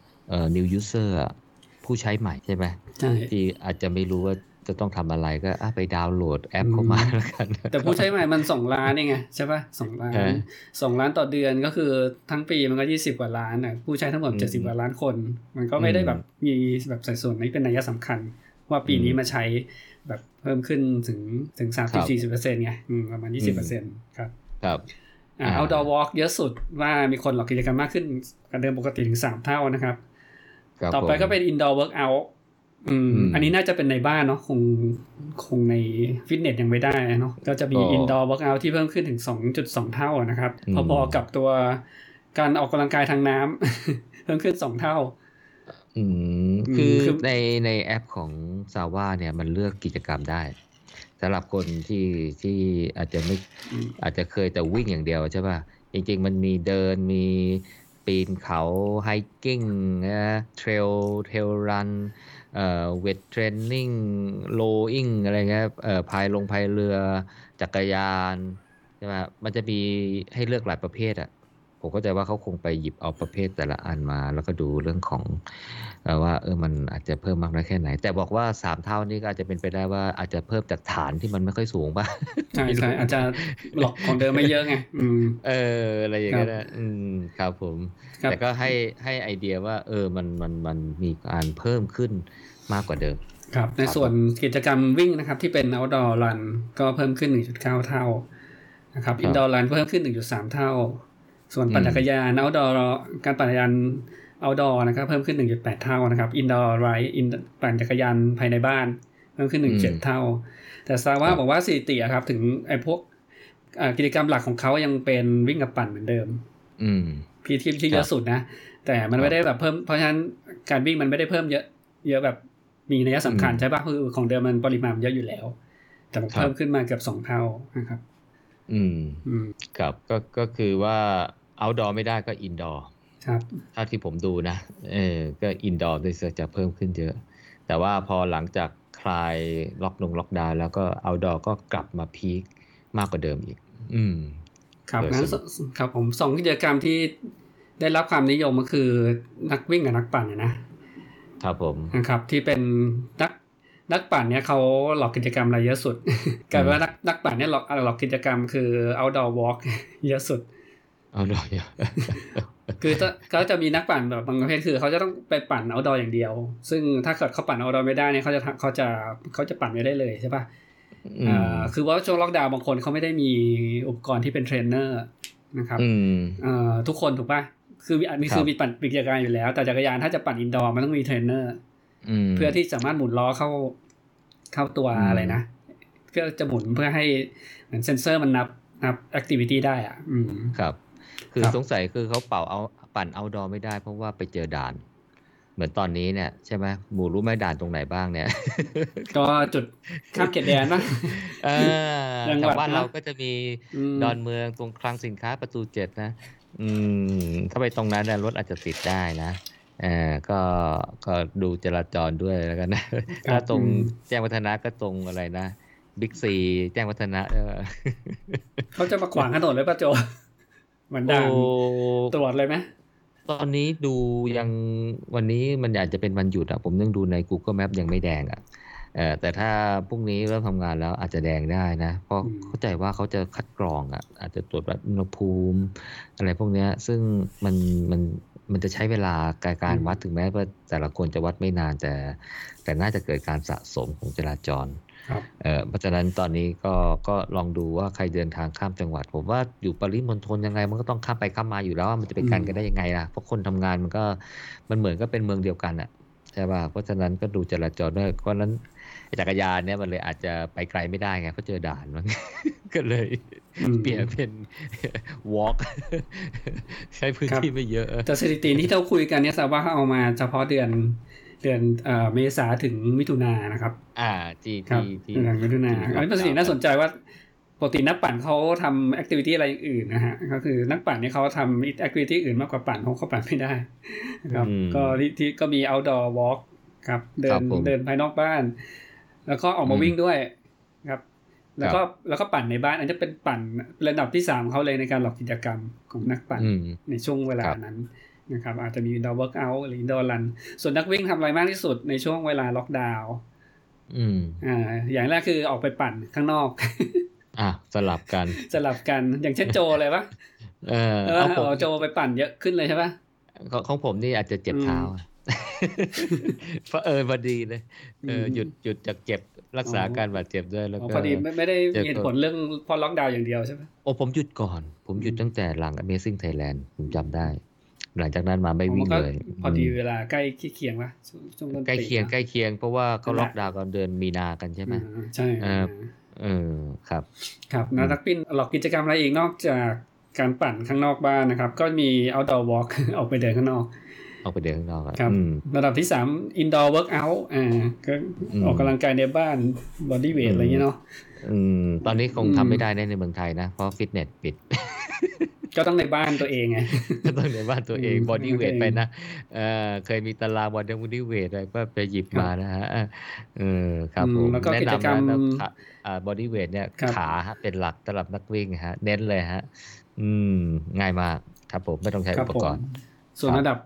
new user ผู้ใช้ใหม่ใช่ไหม
ใช่
ที่อาจจะไม่รู้ว่าจะต้องทำอะไรก็ไปดาวน์โหลดแอปเข้ามาแล้วกัน
แต่ผู้ใช้ใหม่มัน2 ล้านนี่ไงใช่ป่ะ2 ล้าน2 ล้านต่อเดือนก็คือทั้งปีมันก็20กว่าล้านผู้ใช้ทั้งหมด70กว่าล้านคนมันก็ไม่ได้แบบมีแบบสัดส่วนนี้เป็นนัยสำคัญว่าปีนี้มาใช้แบบเพิ่มขึ้นถึง 30-40% ไงประมาณ 20% ครับ
ครับ
outdoor walk เยอะสุดว่ามีคนหลอกกิจกรรมมากขึ้นกว่าเดิมปกติถึง3เท่านะครับต่อไปก็เป็น indoor workout อันนี้น่าจะเป็นในบ้านเนาะคงในฟิตเนสยังไม่ได้เนาะก็จะมี indoor workout ที่เพิ่มขึ้นถึง 2.2 เท่านะครับพอๆกับตัวการออกกำลังกายทางน้ำ เพิ่มขึ้น2เท่า
คือในแอปของ Strava เนี่ยมันเลือกกิจกรรมได้สำหรับคนที่อาจจะเคยแต่วิ่งอย่างเดียวใช่ป่ะจริงๆมันมีเดินมีปีนเขาไฮกิ้งนะเทรลรันเวทเทรนนิ่งโรอิ่งอะไรเงี้ยพายเรือจักรยานใช่ไหมมันจะมีให้เลือกหลายประเภทผมเข้าใจว่าเขาคงไปหยิบเอาประเภทแต่ละอันมาแล้วก็ดูเรื่องของว่ามันอาจจะเพิ่มมากน้อยแค่ไหนแต่บอกว่า3เท่านี้ก็อาจจะเป็นไปได้ว่าอาจจะเพิ่มจากฐานที่มันไม่ค่อยสูงป่ะ
ใช่อาจจะหลอกของเดิมไม่เยอะไง
อะไรอย่างเงี้ยครับผมแต่ก็ให้ไอเดียว่ามันมีการเพิ่มขึ้นมากกว่าเดิม
ครับในส่วนกิจกรรมวิ่งนะครับที่เป็น outdoor run ก็เพิ่มขึ้น 1.9 เท่านะครับ indoor run เพิ่มขึ้น 1.3 เท่าส่วนปั่นจักรยาน outdoor การปั่นจักรยาน outdoor นะครับเพิ่มขึ้น 1.8 เท่านะครับ indoor ride ปั่นจักรยานภายในบ้านเพิ่มขึ้น 1.7 เท่าแต่ซาว่าบอกว่าสถิติครับถึงไอ้พวกกิจกรรมหลักของเขายังเป็นวิ่งกับปั่นเหมือนเดิมพีที่เยอะสุดนะแต่มันไม่ได้แบบเพิ่มเพราะฉะนั้นการวิ่งมันไม่ได้เพิ่มเยอะแบบมีนัยสำคัญใช่ป่ะคือของเดิมมันปริมาณเยอะอยู่แล้วแต่มันเพิ่มขึ้นมาเกือบ2 เท่านะครับ
ครับก็คือว่า outdoor ไม่ได้ก็ indoor
ครับ
ถ้าที่ผมดูนะก็ indoor ด้วยจะเพิ่มขึ้นเยอะแต่ว่าพอหลังจากคลายล็อกดาวน์แล้วก็ outdoor ก็กลับมาพีคมากกว่าเดิมอีก
ครับงั้นครับผม2กิจกรรมที่ได้รับความนิยมก็คือนักวิ่งกับนักปั่น
ครับผม
นะครับที่เป็นนักปั่นเนี่ยเขาหลอกกิจกรรมอะไรเยอะสุดกลายเป็นว่านักปั่นเนี่ยหลอกกิจกรรมคือ outdoor walk เยอะสุด
outdoor เยอะ
คือก็จะมีนักปั่นแบบบางประเภทคือเขาจะต้องไปปั่น outdoor อย่างเดียวซึ่งถ้าเกิดเขาปั่น outdoor ไม่ได้เนี่ยเขาจะปั่นไม่ได้เลยใช่ป่ะคือว่าช่วงล็อกดาวน์บางคนเขาไม่ได้มีอุปกรณ์ที่เป็นเทรนเนอร์นะครับทุกคนถูกป่ะคือมีมีปั่นจักรยานอยู่แล้วแต่จักรยานถ้าจะปั่นอินดอร์มันต้องมีเทรนเนอร์เพื่อที่สามารถหมุนล้อเข้าตัวอะไรนะเพื่อจะหมุนเพื่อให้เหมือนเซนเซอร์มันนับแอคทิวิตี้ได้
ครับคือสงสัยคือเขาปั่นเอาท์ดอร์ไม่ได้เพราะว่าไปเจอด่านเหมือนตอนนี้เนี่ยใช่ไหมหมู่รู้ไหมด่านตรงไหนบ้างเนี่ย
ก็จุดข้ามเขตแดนนะ
แถวบ้านเราก็จะมีดอนเมืองตรงคลังสินค้าประตู 7นะถ้าไปตรงนั้นรถอาจจะติดได้นะก็ดูจราจรด้วยแล้วกันนะถ้าตรงแจ้งวัฒนะก็ตรงอะไรนะบิ๊กซีแจ้งวัฒนะ
เขาจะมาขวางถนนเลยป่ะโจวัน
โอ้
ด่านตรวจเลยไหม
ตอนนี้ดูยังวันนี้มันอาจจะเป็นวันหยุดผมยังดูใน Google Map ยังไม่แดงแต่ถ้าพรุ่งนี้เริ่มทำงานแล้วอาจจะแดงได้นะเพราะเข้าใจว่าเขาจะคัดกรองอาจจะตรวจวัดอุณหภูมิอะไรพวกเนี้ยซึ่งมันมันมันจะใช้เวลาการวัดถึงแม้ว่าแต่ละคนจะวัดไม่นานแต่น่าจะเกิดการสะสมของจราจรเพราะฉะนั้นตอนนี้ก็ลองดูว่าใครเดินทางข้ามจังหวัดผมว่าอยู่ปริมณฑลยังไงมันก็ต้องข้ามไปข้ามมาอยู่แล้วมันจะไปกันได้ยังไงล่ะเพราะคนทำงานมันเหมือนก็เป็นเมืองเดียวกันใช่ป่ะเพราะฉะนั้นก็ดูจราจรด้วยเพราะนั้นจักรยานเนี่ยมันเลยอาจจะไปไกลไม่ได้ไงเพราะเจอด่านมัน ก็เลยเปลี่ยนเป็น walk ใช้พื้นที่ไม่เยอะ
แต่สถิติที่เราคุยกันเนี่ยทราบว่าเขาเอามาเฉพาะเดือนเมษาถึงมิถุนายนนะครับ
ที่
มิถุนายนอันนี้เป็นสิ่งน่าสนใจว่าปกตินักปั่นเขาทำแอคทิวิตี้อะไรอย่างอื่นนะฮะก็คือนักปั่นเนี่ยเขาทำแอคทิวิตี้อื่นมากกว่าปั่นเขาปั่นไม่ได้ครับก็ที่ก็มี outdoor walk ครับเดินภายนอกบ้านแล้วก็ออกมาวิ่งด้วยครับแล้วก็ปั่นในบ้านอันนี้เป็นปั่นระดับที่3เขาเลยในการหลอกกิจกรรมของนักปั่นในช่วงเวลานั้นนะครับอาจจะมี indoor workout หรือ indoor run ส่วนนักวิ่งทำอะไรมากที่สุดในช่วงเวลาล็อกดาวน์อย่างแรกคือออกไปปั่นข้างนอก
สลับกัน
อย่างเช่นโจเลยปะเอาโจไปปั่นเยอะขึ้นเลยใช่ปะ
ของผมนี่อาจจะเจ็บเท้าเพราะพอดีเลยหยุดจากเจ็บรักษาการบาดเจ็บด้วยแล้วก็
พอดีไม่ได้มีเหตุผลเรื่องพอล็อกดาวน์อย่างเดียวใช่ไหม
ผมหยุดก่อนผมหยุดตั้งแต่หลัง Amazing Thailand ผมจำได้หลังจากนั้นมาไม่วิ่งเลย
พอดีเวลาใกล้เคียงป่ะช่วงต้นปี
ใกล้เคียงเพราะว่าเขาล็อกดาวน์กันเดือนมีนากันใช่ไหม
ใช่
ครับ
นักปิ้นหลอกกิจกรรมอะไรอีกนอกจากการปั่นข้างนอกบ้านนะครับก็มี outdoor walk ออกไปเดินข้างนอกครับระดับที่3 indoor workout ก็ออกกำลังกายในบ้าน body weight อะไรอย่างเงี้ยเนาะ
ตอนนี้คงทำไม่ได้ในเมืองไทยนะเพราะฟิตเนสปิด
ก็ต้องในบ้านตัวเองไง
ก็ต้องในบ้านตัวเอง body weight ไปนะเคยมีตาราง body weight อะไรก็ไปหยิบมานะฮะครับผมแนะนำนะbody weight เนี่ยขาเป็นหลักสำหรับนักวิ่งฮะเน้นเลยฮะง่ายมากครับผมไม่ต้องใช้อุปกรณ์
ส่วนอันดับ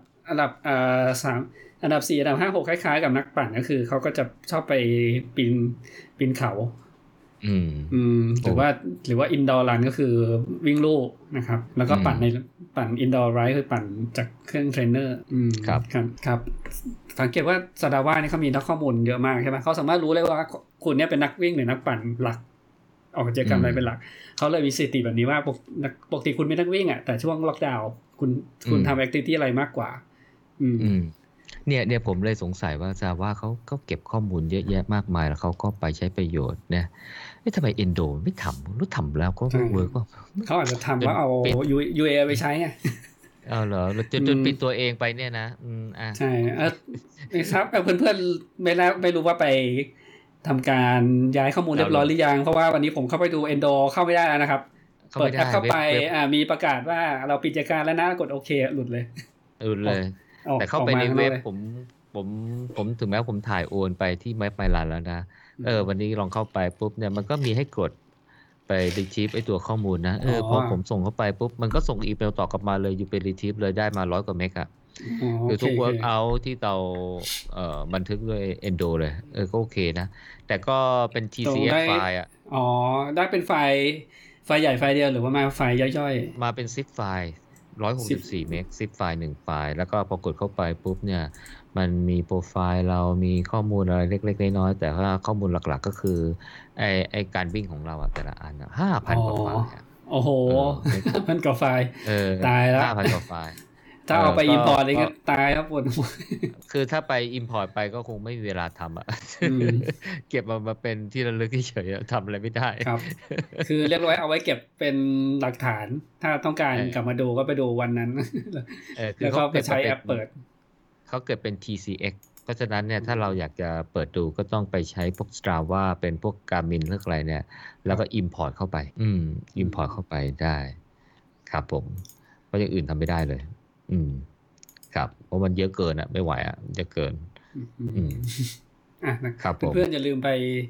3อันดับ4อันดับ5 6คล้ายๆกับนักปั่นก็คือเขาก็จะชอบไปปีนเขาหรือว่าอินดอร์รันก็คือวิ่งลู่นะครับแล้วก็ปั่นอินดอร์ไรด์คือปั่นจากเครื่องเทรนเนอร์ครับสังเกตว่าซาดาว่านี่เขามีข้อมูลเยอะมากใช่ไหมเขาสามารถรู้เลยว่าคุณเนี่ยเป็นนักวิ่งหรือนักปั่นหลักออกกิจกรรมอะไรเป็นหลักเขาเลยมีสถิติแบบนี้ว่าปกติคุณเป็นนักวิ่งแต่ช่วงล็อกดาวน์คุณทำแอคทิวิตี้อะไรมากกว่า
เนี่ยผมเลยสงสัยว่าซาว่าเขาเก็บข้อมูลเยอะแยะมากมายแล้วเขาก็ไปใช้ประโยชน์นะทำไมเอนโดไม่ทำรู้ทำแล้วก็เวิร์กก็
เขาอาจจะทำว่าเอา UA ไปใช้ไง
เหรอจนปิดตัวเองไปเนี่ยนะ
ใช่ครับเพื่อนๆไม่รู้ว่าไปทำการย้ายข้อมูลเรียบร้อยหรือยังเพราะว่าวันนี้ผมเข้าไปดูเอนโดเข้าไม่ได้แล้วนะครับเปิดแอปเข้าไปมีประกาศว่าเราปิดกิจการแล้วนะกดโอเคหลุดเลย
แต่เข้าไปในเว็บผมถึงแม้ผมถ่ายโอนไปที่แมปไมลันแล้วนะวันนี้ลองเข้าไปปุ๊บเนี่ยมันก็มีให้กดไปรีทรีฟไอ้ตัวข้อมูลนะพอผมส่งเข้าไปปุ๊บมันก็ส่งอีเมลตอบกลับมาเลยอยู่เป็นรีทรีฟเลยได้มา100 กว่าเมกคือทุกเวิร์กเอาท์ที่เราบันทึกด้วย Endo เลยก็โอเคนะแต่ก็เป็น TCF ไฟล์
ได้เป็นไฟล์ใหญ่ไฟล์เดียวหรือว่ามาไฟล์ย่อย
ๆมาเป็น zip ไฟล์164 เมกซิปไฟล์1ไฟล์แล้วก็พอกดเข้าไปปุ๊บเนี่ยมันมีโปรไฟล์เรามีข้อมูลอะไรเล็กๆน้อยๆแต่ว่าข้อมูลหลักๆก็คือไอการวิ่งของเราแต่ละอัน 5,000 กว่าไฟล์
โอ้โห 5,000 กว่าไฟล์ตายแล้ว
5,000 กว่าไฟล์
ถ้าเอาไป import นี่ก็ตายครับปวด
คือถ้าไป import ไปก็คงไม่มีเวลาทำเก็บมาเป็นที่ระลึกเฉยๆทำอะไรไม่ได้
ครับคือเรียบร้อยเอาไว้เก็บเป็นหลักฐานถ้าต้องการกลับมาดูก็ไปดูวันนั้นแล้วก็ไปใช้แอปเปิด
เขาเกิดเป็น TCX เพราะฉะนั้นเนี่ยถ้าเราอยากจะเปิดดูก็ต้องไปใช้พวก Strava เป็นพวก Garmin เรื่องอะไรเนี่ยแล้วก็ import เข้าไปimport เข้าไปได้ครับผมเพราะอย่างอื่นทำไม่ได้เลยครับเพราะมันเยอะเกินไม่ไหวจะเกิน
นะครับเพื่อนๆอย่าลืมไป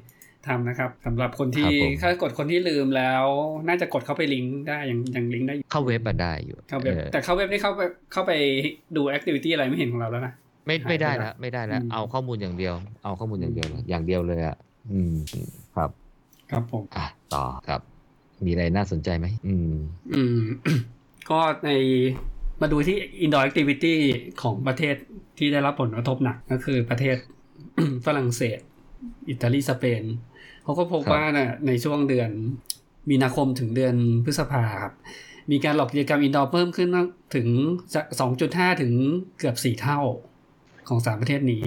ทำนะครับสำหรับคน
ครั
ที่
บผม
ถ้ากดคนที่ลืมแล้วน่าจะกดเข้าไปลิงก์ได้ยังลิงก์ได้อยู่
เข้าเว็บมาได้อยู่
เข้าเว็บแต่เข้าเว็บนี่เข้าไปดูแอคทิวิตี้อะไรไม่เห็นของเราแล้วนะ
ไม่ได้แล้วไม่ได้แล้วเอาข้อมูลอย่างเดียวอย่างเดียวเลยอ่ะครับ
ครับผม
ต่อครับ มีอะไรน่าสนใจไหม
ก็ในมาดูที่ indoor activity ของประเทศที่ได้รับผลกระทบหนักก็คือประเทศ ฝรั่งเศสอิตาลีสเปนเขาก็พบว่าในช่วงเดือนมีนาคมถึงเดือนพฤษภาครับมีการหลอกกิจกรรม indoor เพิ่มขึ้นถึง 2.5 ถึงเกือบ4เท่าของ3ประเทศนี้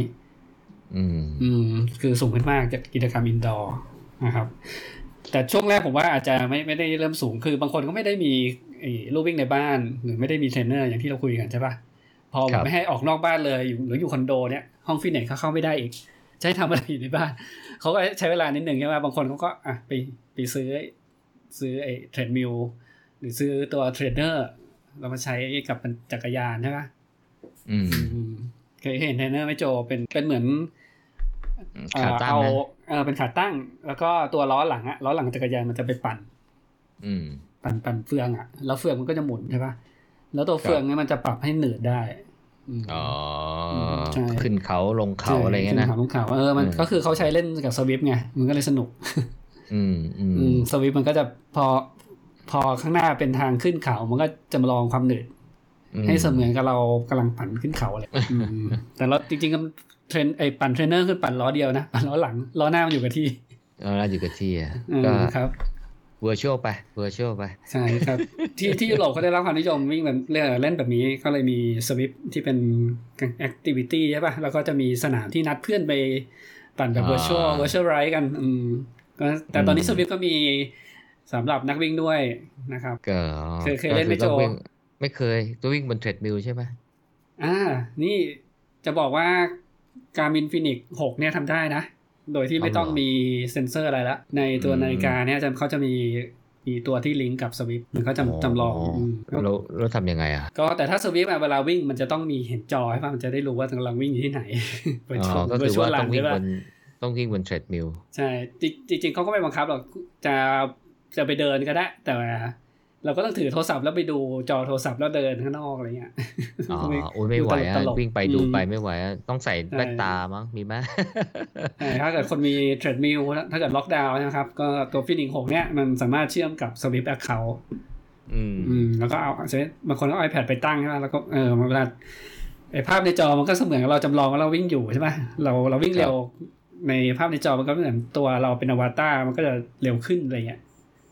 คือสูงขึ้นมากจากกิจกรรม indoor นะครับแต่ช่วงแรกผมว่าอาจจะไม่ได้เริ่มสูงคือบางคนก็ไม่ได้มีลู่วิ่งในบ้านหรือไม่ได้มีเทรนเนอร์อย่างที่เราคุยกันใช่ป่ะพอไม่ให้ออกนอกบ้านเลยหรืออยู่คอนโดเนี่ยห้องฟิตเนสเข้าไม่ได้อีกจะให้ทำอะไรอยู่ในบ้านเขาก็ใช้เวลานิดหนึ่งใช่ไหมบางคนเขาก็ไปซื้อไอ้เทรดมิลหรือซื้อตัวเทรนเนอร์เรามาใช้กับจักรยานใช่ป่ะเคยเห็นเทรนเนอร์ไหมโจเป็นเหมือน
ขาตั้ง
เป็นขาตั้งแล้วก็ตัวล้อหลังจักรยานมันจะไปปั่นเฟืองแล้วเฟืองมันก็จะหมุนใช่ป่ะแล้วตัวเฟืองเนี่ยมันจะปรับให้หนืดได้
ขึ้นเขาลงเขาอะไรเงี้ยนะ
ขึ้นเขาลงเขามันก็คือเขาใช้เล่นกับสวิฟไงมันก็เลยสนุกสวิฟมันก็จะพอข้างหน้าเป็นทางขึ้นเขามันก็จะมาลองความหนืดให้เสมือนกับเรากำลังปั่นขึ้นเขาเลยแต่เราจริงๆปั่นเทรนเนอร์คือปั่นล้อเดียวนะปั่นล้อหลังล้อหน้ามันอยู่กับที่
อยู่กับที่ก็
ครับ
virtual ไป
ใช่ครับที่ยุโรปเขาได้รับความนิยมวิ่งแบบเล่นแบบนี้ก็เลยมีสวิฟที่เป็น activity ใช่ป่ะแล้วก็จะมีสนามที่นัดเพื่อนไปปั่นแบบ virtual ride กันแต่ตอนนี้สวิฟก็มีสำหรับนักวิ่งด้วยนะครับเคยเล่นไหมโจ
ไม่เคยตัววิ่งบนเทรดมิลใช่ไหม
นี่จะบอกว่า Garmin Fenix 6เนี่ยทำได้นะโดยที่ไม่ต้องมีเซ็นเซอร์อะไรละในตัวนาฬิกาเนี่ยเขาจะมีตัวที่ลิงก์กับสวิฟมันก็จำลอง
แล้วทำยังไง
ก็แต่ถ้าสวิฟเวลาวิ่งมันจะต้องมีเห็นจอให้ป่ะมันจะได้รู้ว่ากำลังวิ่งอยู่ที่ไหน
ก็คือว่าต้องวิ่งบนเทรดมิล
ใช่จริงๆเขาก็ไม่บังคับหรอกจะไปเดินก็ได้แต่เราก็ต้องถือโทรศัพท์แล้วไปดูจอโทรศัพท์แล้วเดินข้างนอกอะไรเงี้ย
ไม่ไหววิ่งไปดูไปไม่ไหวต้องใส่แว่นตามั้งมีไหม
ถ้าเกิดคนมีเทรดมิลถ้าเกิดล็อกดาวน์นะครับก็ตัวฟินิก6เนี่ยมันสามารถเชื่อมกับสวิฟแอคเคาท์แล้วก็เอาบางคนก็เอา iPad ไปตั้งใช่ไหมแล้วก็เวลาไอ้ภาพในจอมันก็เสมือนเราจำลองว่าเราวิ่งอยู่ใช่ไหมเราวิ่งเร็วในภาพในจอมันก็เหมือนตัวเราเป็นอวตารมันก็จะเร็วขึ้นอะไรเงี้ย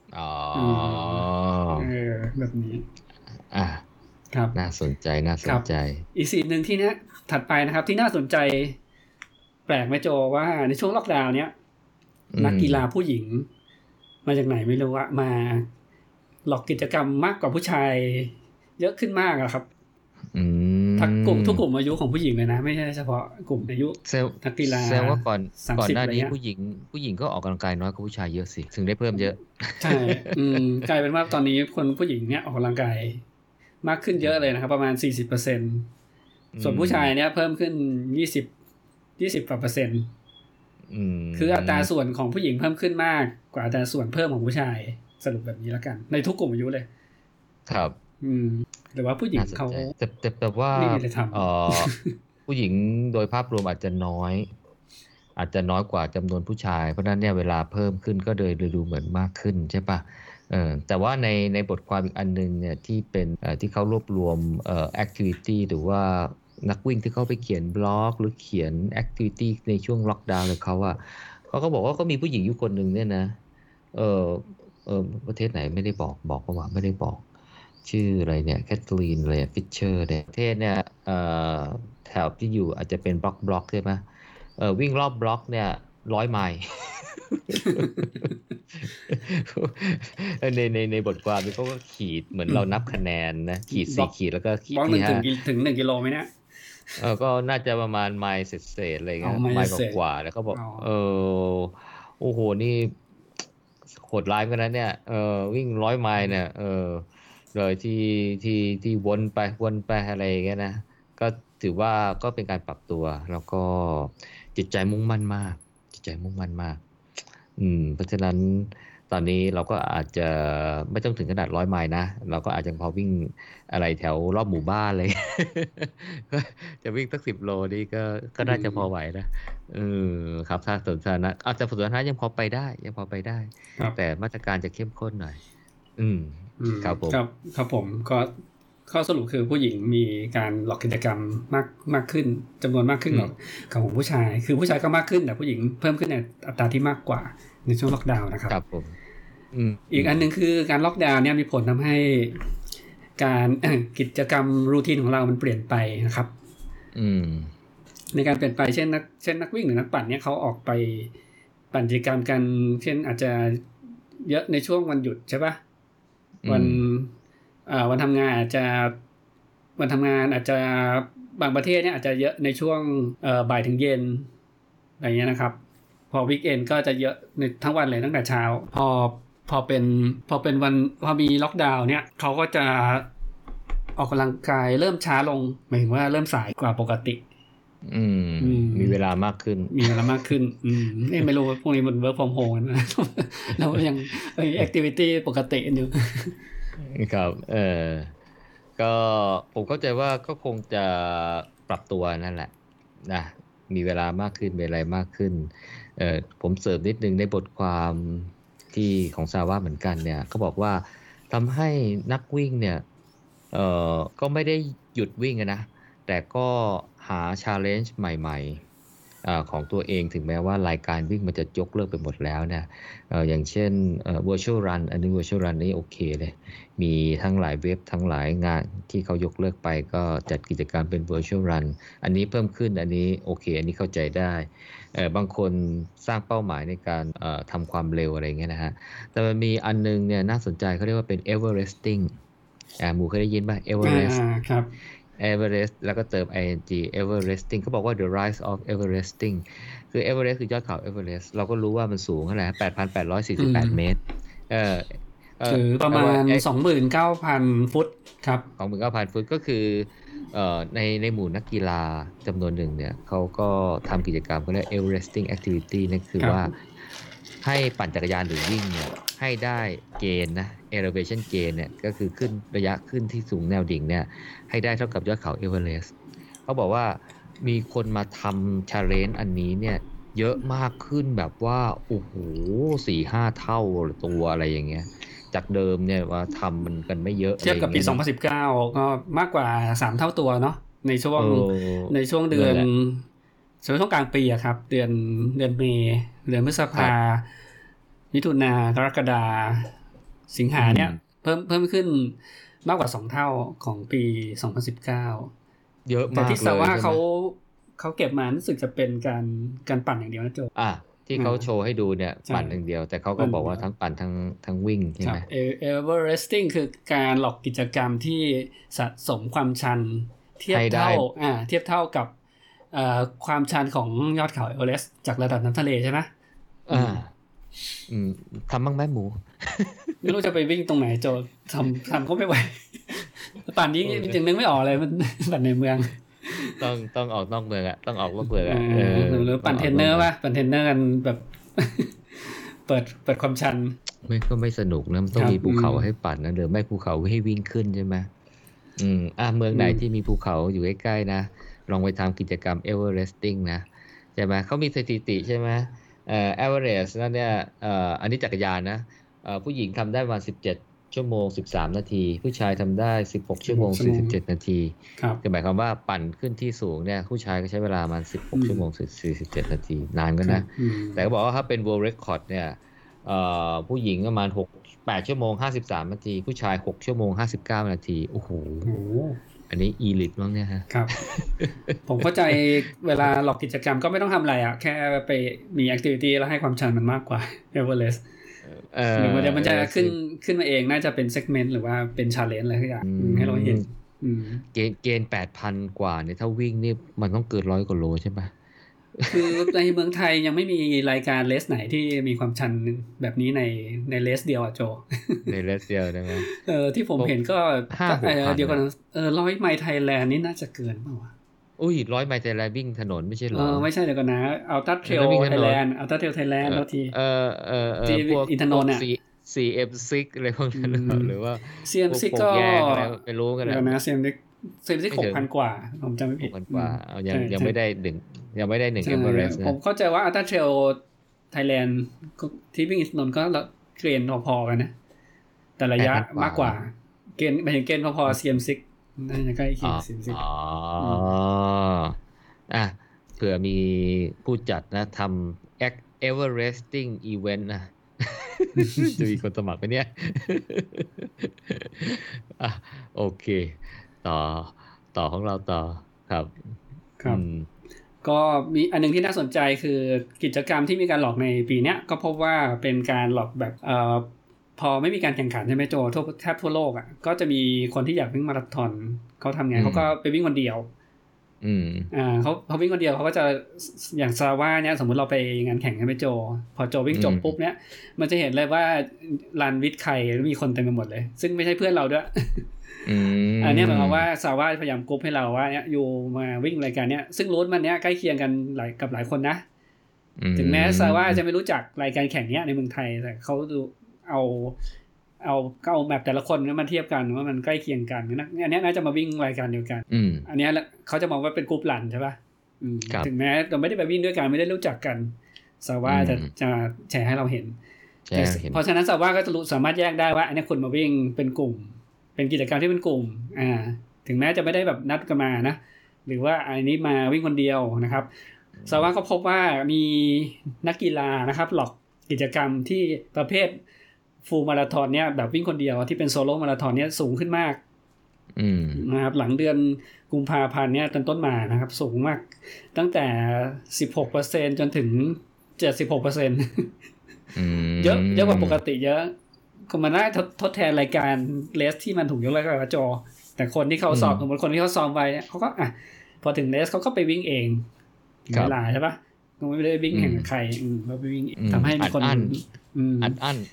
แบบนี้
ครับน่าสนใจ
อีกสิ่งหนึ่งที่เนี้ยถัดไปนะครับที่น่าสนใจแปลกไหมโจว่าในช่วงล็อกดาวน์เนี้ยนักกีฬาผู้หญิงมาจากไหนไม่รู้อะมาหลอกกิจกรรมมากกว่าผู้ชายเยอะขึ้นมากอะครับทุกกลุ่มอายุของผู้หญิงเลยนะไม่ใช่เฉพาะกลุ่มอายุนักกีฬา
แสดงว่าก่อนหน้านี้ผู้หญิงก็ออกกำลังกายน้อยกว่าผู้ชายเยอะสิถึงได้เพิ่มเยอะ
ใช่กลายเป็นว่าตอนนี้คนผู้หญิงเนี่ยออกกำลังกายมากขึ้นเยอะเลยนะครับประมาณ 40% ส่วนผู้ชายเนี่ยเพิ่มขึ้น20กว่า%คืออัตราส่วนของผู้หญิงเพิ่มขึ้นมากกว่าอัตราส่วนเพิ่มของผู้ชายสรุปแบบนี้แล้วกันในทุกกลุ่มอายุเลย
ครับ
หรือว่าผู้หญิงเขา
แต่ว่าผู้หญิงโดยภาพรวมอาจจะน้อยกว่าจำนวนผู้ชายเพราะนั้นเนี่ยเวลาเพิ่มขึ้นก็เลยดูเหมือนมากขึ้นใช่ปะแต่ว่าในบทความอีกอันนึงเนี่ยที่เป็นที่เขารวบรวมactivity หรือว่านักวิ่งที่เขาไปเขียนบล็อกหรือเขียน activity ในช่วงล็อกดาวน์เลยเขาก็บอกว่าก็มีผู้หญิงอยู่คนนึงเนี่ยนะประเทศไหนไม่ได้บอกว่าไม่ได้บอกชื่ออะไรเนี่ยแคทเธอรีนอะไรฟิชเชอร์เนี่ยประเทศเนี่ยแถบที่อยู่อาจจะเป็นบล็อกใช่ไหมวิ่งรอบบล็อกเนี่ย100 ไมล์ในบทความเขาก็ขีดเหมือนเรานับคะแนนนะขีด4ขีดแล้วก็ขีด
ที่5ถึง1 กิโลไหมเนี่ย
ก็น่าจะประมาณไมล์เศษอะไรเงี้ยไมล์กว่าแล้วก็บอกโอ้โหนี่โหดร้ายกันนะเนี่ยวิ่ง100 ไมล์เนี่ยโดยที่วนไปอะไรอย่างเงี้ยนะก็ถือว่าก็เป็นการปรับตัวแล้วก็จิตใจมุ่งมั่นมากเพราะฉะนั้นตอนนี้เราก็อาจจะไม่ต้องถึงขนาด100 ไมล์นะเราก็อาจจะพอวิ่งอะไรแถวรอบหมู่บ้านเลย ก็จะวิ่งสัก10 โลนี่ก็น่าจะพอไหวนะเอครับถ้าสวนสาธารณะอาจจะสวนสาธารณะยังพอไปได้
ครับ
แต่มาตรการจะเข้มข้นหน่อยอืมครับผม
ครับผมก็ข้อสรุปคือผู้หญิงมีการหลอกกิจกรรมมากขึ้นจำนวนมากขึ้นของผู้ชายคือผู้ชายก็มากขึ้นแต่ผู้หญิงเพิ่มขึ้นในอัตราที่มากกว่าในช่วงล็อกดาวน์นะครับ
ครับผม
อีกอันนึงคือการล็อกดาวน์เนี่ยมีผลทำให้การกิจกรรมรูทีนของเรามันเปลี่ยนไปนะครับในการเปลี่ยนไปเช่นนักวิ่งหรือนักปั่นเนี่ยเขาออกไปปั่นกิจกรรมกันเช่นอาจจะเยอะในช่วงวันหยุดใช่ปะวันทำงานอาจจะบางประเทศเนี่ยอาจจะเยอะในช่วงบ่ายถึงเย็นอะไรเงี้ยนะครับพอวีคเอนด์ก็จะเยอะในทั้งวันเลยตั้งแต่เช้าพอเป็นวันพอมีล็อกดาวน์เนี่ยเขาก็จะออกกำลังกายเริ่มช้าลงหมายถึงว่าเริ่มสายกว่าปกติ
มีเวลามากขึ้น
นี่ไม่รู้พวกนี้มัน work from home นะแล้วยังactivity ปกติอยู่
ครับก็ผมเข้าใจว่าก็คงจะปรับตัวนั่นแหละนะมีเวลามากขึ้นมีอะไรมากขึ้นผมเสริมนิดนึงในบทความที่ของซาว่าเหมือนกันเนี่ยเขาบอกว่าทำให้นักวิ่งเนี่ยก็ไม่ได้หยุดวิ่งนะแต่ก็หา challenge ใหม่ๆของตัวเองถึงแม้ว่ารายการวิ่งมันจะยกเลิกไปหมดแล้วเนี่ยอย่างเช่นvirtual run อันนี้ virtual run นี่โอเคเลยมีทั้งหลายเว็บทั้งหลายงานที่เขายกเลิกไปก็จัดกิจกรรมเป็น virtual run อันนี้เพิ่มขึ้นอันนี้โอเคอันนี้เข้าใจได้บางคนสร้างเป้าหมายในการทำความเร็วอะไรเงี้ยนะฮะแต่มันมีอันนึงเนี่ยน่าสนใจเขาเรียกว่าเป็น Everesting หมูเคยได้ยินป่ะ Everest
ครับ
Everest แล้วก็เติม ing Everesting เขาบอกว่า the rise of Everesting คือ Everest คือยอดเขา Everest เราก็รู้ว่ามันสูงเท่าไหร่ 8,848 เมตร
คือประมาณ 29,000 ฟุตครับ
29,000 ฟุตก็คือในหมู่นักกีฬาจำนวนหนึ่งเนี่ยเขาก็ทำกิจกรรมเขาเรียก Everesting activity นั่นคือว่าให้ปั่นจักรยานหรือวิ่งเนี่ยให้ได้เกณฑ์นะ elevation gain เนี่ยก็คือขึ้นระยะขึ้นที่สูงแนวดิ่งเนี่ยให้ได้เท่ากับยอดเขาเอเวอเรสต์เขาบอกว่ามีคนมาทำ challenge อันนี้เนี่ยเยอะมากขึ้นแบบว่าโอ้โห 4-5 เท่าตัวอะไรอย่างเงี้ยจากเดิมเนี่ยว่าทำมันกันไม่เยอะ
เทียบกับปี 2019 ก็มากกว่า3 เท่าตัวเนาะในช่วงเดือนช่วงกลางปีอะครับเดือนเมษเดือนพฤษภามิถุนากรกฎาสิงหาเนี่ยเพิ่มขึ้นมากกว่า2 เท่าของปี 2019
เยอะมากเลย
แต่ที่ซาว่าเขาเก็บมารู้สึกจะเป็นการปั่นอย่างเดียวนะโจ
ที่เขาโชว์ให้ดูเนี่ยปั่นอย่างเดียวแต่เขาก็บอกว่าทั้งปั่นทั้งวิ่งใช่ไหม
Everesting คือการหลอกกิจกรรมที่สะสมความชันเทียบเท่ากับความชันของยอดเขาเอเวอเรสต์จากระดับน้ำทะเลใช่ไหม
ทำบ้างไหมหมู
ไม่รู้จะไปวิ่งตรงไหนโจทำก็ไม่ไหวปั่นนี้จริงๆนึกไม่ออกเลยมันปั่นในเมือง
ต้องออกนอกเมืองอ่ะต้องออกนอกเมืองอ่ะ
หรือปั่นเทรนเนอร์ป่ะปั่นเทรนเนอร์กันแบบเปิดความชัน
ก็ไม่สนุกนะมันต้องมีภูเขาให้ปั่นนะหรือไม่ภูเขาให้วิ่งขึ้นใช่ไหมเมืองไหนที่มีภูเขาอยู่ใกล้ๆนะลองไปทำกิจกรรม Everesting นะใช่ไหมเขามีสถิติใช่ไหมEverest นั่นเนี่ยอันนี้จักรยานนะผู้หญิงทำได้ประมาณ17 ชั่วโมง 13 นาทีผู้ชายทำได้16 ชั่วโมง 47 นาทีคือหมายความว่าปั่นขึ้นที่สูงเนี่ยผู้ชายก็ใช้เวลาประมาณ16 ชั่วโมง 47 นาทีนานก็นะแต่ก็บอกว่าถ้าเป็น World Record เนี่ยผู้หญิงประมาณ8 ชั่วโมง 53 นาทีผู้ชาย6 ชั่วโมง 59 นาทีโอ้โหอันนี้อีลิทมั้งเนี่ยฮะ
ครับ ผมเข้าใจเวลาหลอกกิจกรรมก็ไม่ต้องทำอะไรอ่ะแค่ไปมีแอคทิวิตี้แล้วให้ความชันมันมากกว่า Everest หรือมันจะขึ้นมาเองน่าจะเป็นเซกเมนต์หรือว่าเป็นชาเลนจ์อะไรทุกอย่างให้เราเห็น
เกณฑ์ 8,000 กว่าเนี่ยถ้าวิ่งนี่มันต้องเกิน100 กว่าโลใช่ปะ
คือในเมืองไทยยังไม่มีรายการเลสไหนที่มีความชันแบบนี้ในเลสเดียวอ่ะโจ
ในเลสเดียวได้ไหม
ที่ผมเห็นก็เดียวกัน100 ไมล์ไทยแลนด์นี่น่าจะเกินเปล่าวะ
อุ้ย100 ไมล์ไทยแลนด์วิ่งถนนไม่ใช่เหรอ
ไม่ใช่เดี๋ยวก่อนนะอัลตร้าเทรล
แล้ววิ่งถนน
ไทยแลนด์อัลตร้าเทรลไทยแลนด์แล้วทีที่
พวก
อินทนนท์อ่ะ
CM6 อะไรพวก
อื
นั้น
ม
หรือว่าพวก
CM6
โป่ง
ก็
แยงอะไรไม่รู้กัน
เดี๋ยว
นะ
นะ CM6
ไม่ถึง
6,000 กว่าผมจำไม่ผิด
6,000 กว่าเอายั
ใช่
งยัง
ใช่
ไม่ได้1
ใช่
เอเวอเรสต์
ผม
นะ
เข้าใจว่าอัลตร้าเทรลไทยแลนด์ที่วิ่งอินทนนท์ก็เกรนพอๆกันนะแต่ระยะ
8,000 กว่าม
ากกว่าเกณฑ์หมายถึงเกณฑ์พอๆ CM6 น่าจะใกล้เคี
อ๋อ
ยง CM6
อ๋อ
อืม
อ่ะเผื่อมีผู้จัดนะทำ Everesting Event นะ จะมีคนสมัครไหมเนี่ย อ่ะโอเค ต่อของเราต่อครับ
ครับ ก็มีอันนึงที่น่าสนใจคือกิจกรรมที่มีการหลอกในปีนี้ก็พบว่าเป็นการหลอกแบบพอไม่มีการแข่งขันใช่ไหมโจแทบทั่วโลกอ่ะก็จะมีคนที่อยากวิ่งมาราธอนเขาทำไงเขาก็ไปวิ่งคนเดียวเขาวิ่งคนเดียวเขาก็จะอย่างซาว่าเนี่ยสมมุติเราไปงานแข่งใช่ไหมโจพอโจวิ่งจบปุ๊บเนี่ยมันจะเห็นเลยว่าลานวิดใครมีคนเต็มไปหมดเลยซึ่งไม่ใช่เพื่อนเราด้วยอันนี้หมายความว่าซาว่าพยายามกรุ๊ปให้เราว่าเนี่ยอยู่มาวิ่งรายการเนี้ยซึ่งรูทมันเนี้ยใกล้เคียงกันหลายคนนะถึงแม้ซาว่าจะไม่รู้จักรายการแข่งเนี้ยในเมืองไทยแต่เขาดูเอาแมปแต่ละคนมาเทียบกันว่ามันใกล้เคียงกันนะอันนี้น่าจะมาวิ่งรายการเดียวกันอันนี้เขาจะมองว่าเป็นกรุ๊ปรันใช่ป่ะถึงแม้เราไม่ได้ไปวิ่งด้วยกันไม่ได้รู้จักกันซาว่าจะแชร์ให้เราเห็นเพราะฉะนั้นซาว่าก็จะสามารถแยกได้ว่าอันนี้คุณมาวิ่งเป็นกลุ่มเป็นกิจกรรมที่เป็นกลุ่มถึงแม้จะไม่ได้แบบนัดกันมานะหรือว่าอันนี้มาวิ่งคนเดียวนะครับซาว่าก็พบว่ามีนักกีฬานะครับหลอกกิจกรรมที่ประเภทฟูลมาราธอนเนี่ยแบบวิ่งคนเดียวที่เป็นโซโล่มาราธอนเนี่ยสูงขึ้นมากนะครับหลังเดือนกุมภาพันธ์เนี่ยต้นมานะครับสูงมากตั้งแต่ 16% จนถึง 76% เยอะกว่าปกติเยอะก็มันน่าทดแทนรายการเลสที่มันถูกยกเลิกไปจอแต่คนที่เขาสอบสมมติคนที่เขาซ้อมไว้เขาก็พอถึงเลสเขาก็ไปวิ่งเองเวลาใช่ปะก็ไม่ได้วิ่งแข่งกับใครเขาไปวิ่งทำให้มีคน
อัน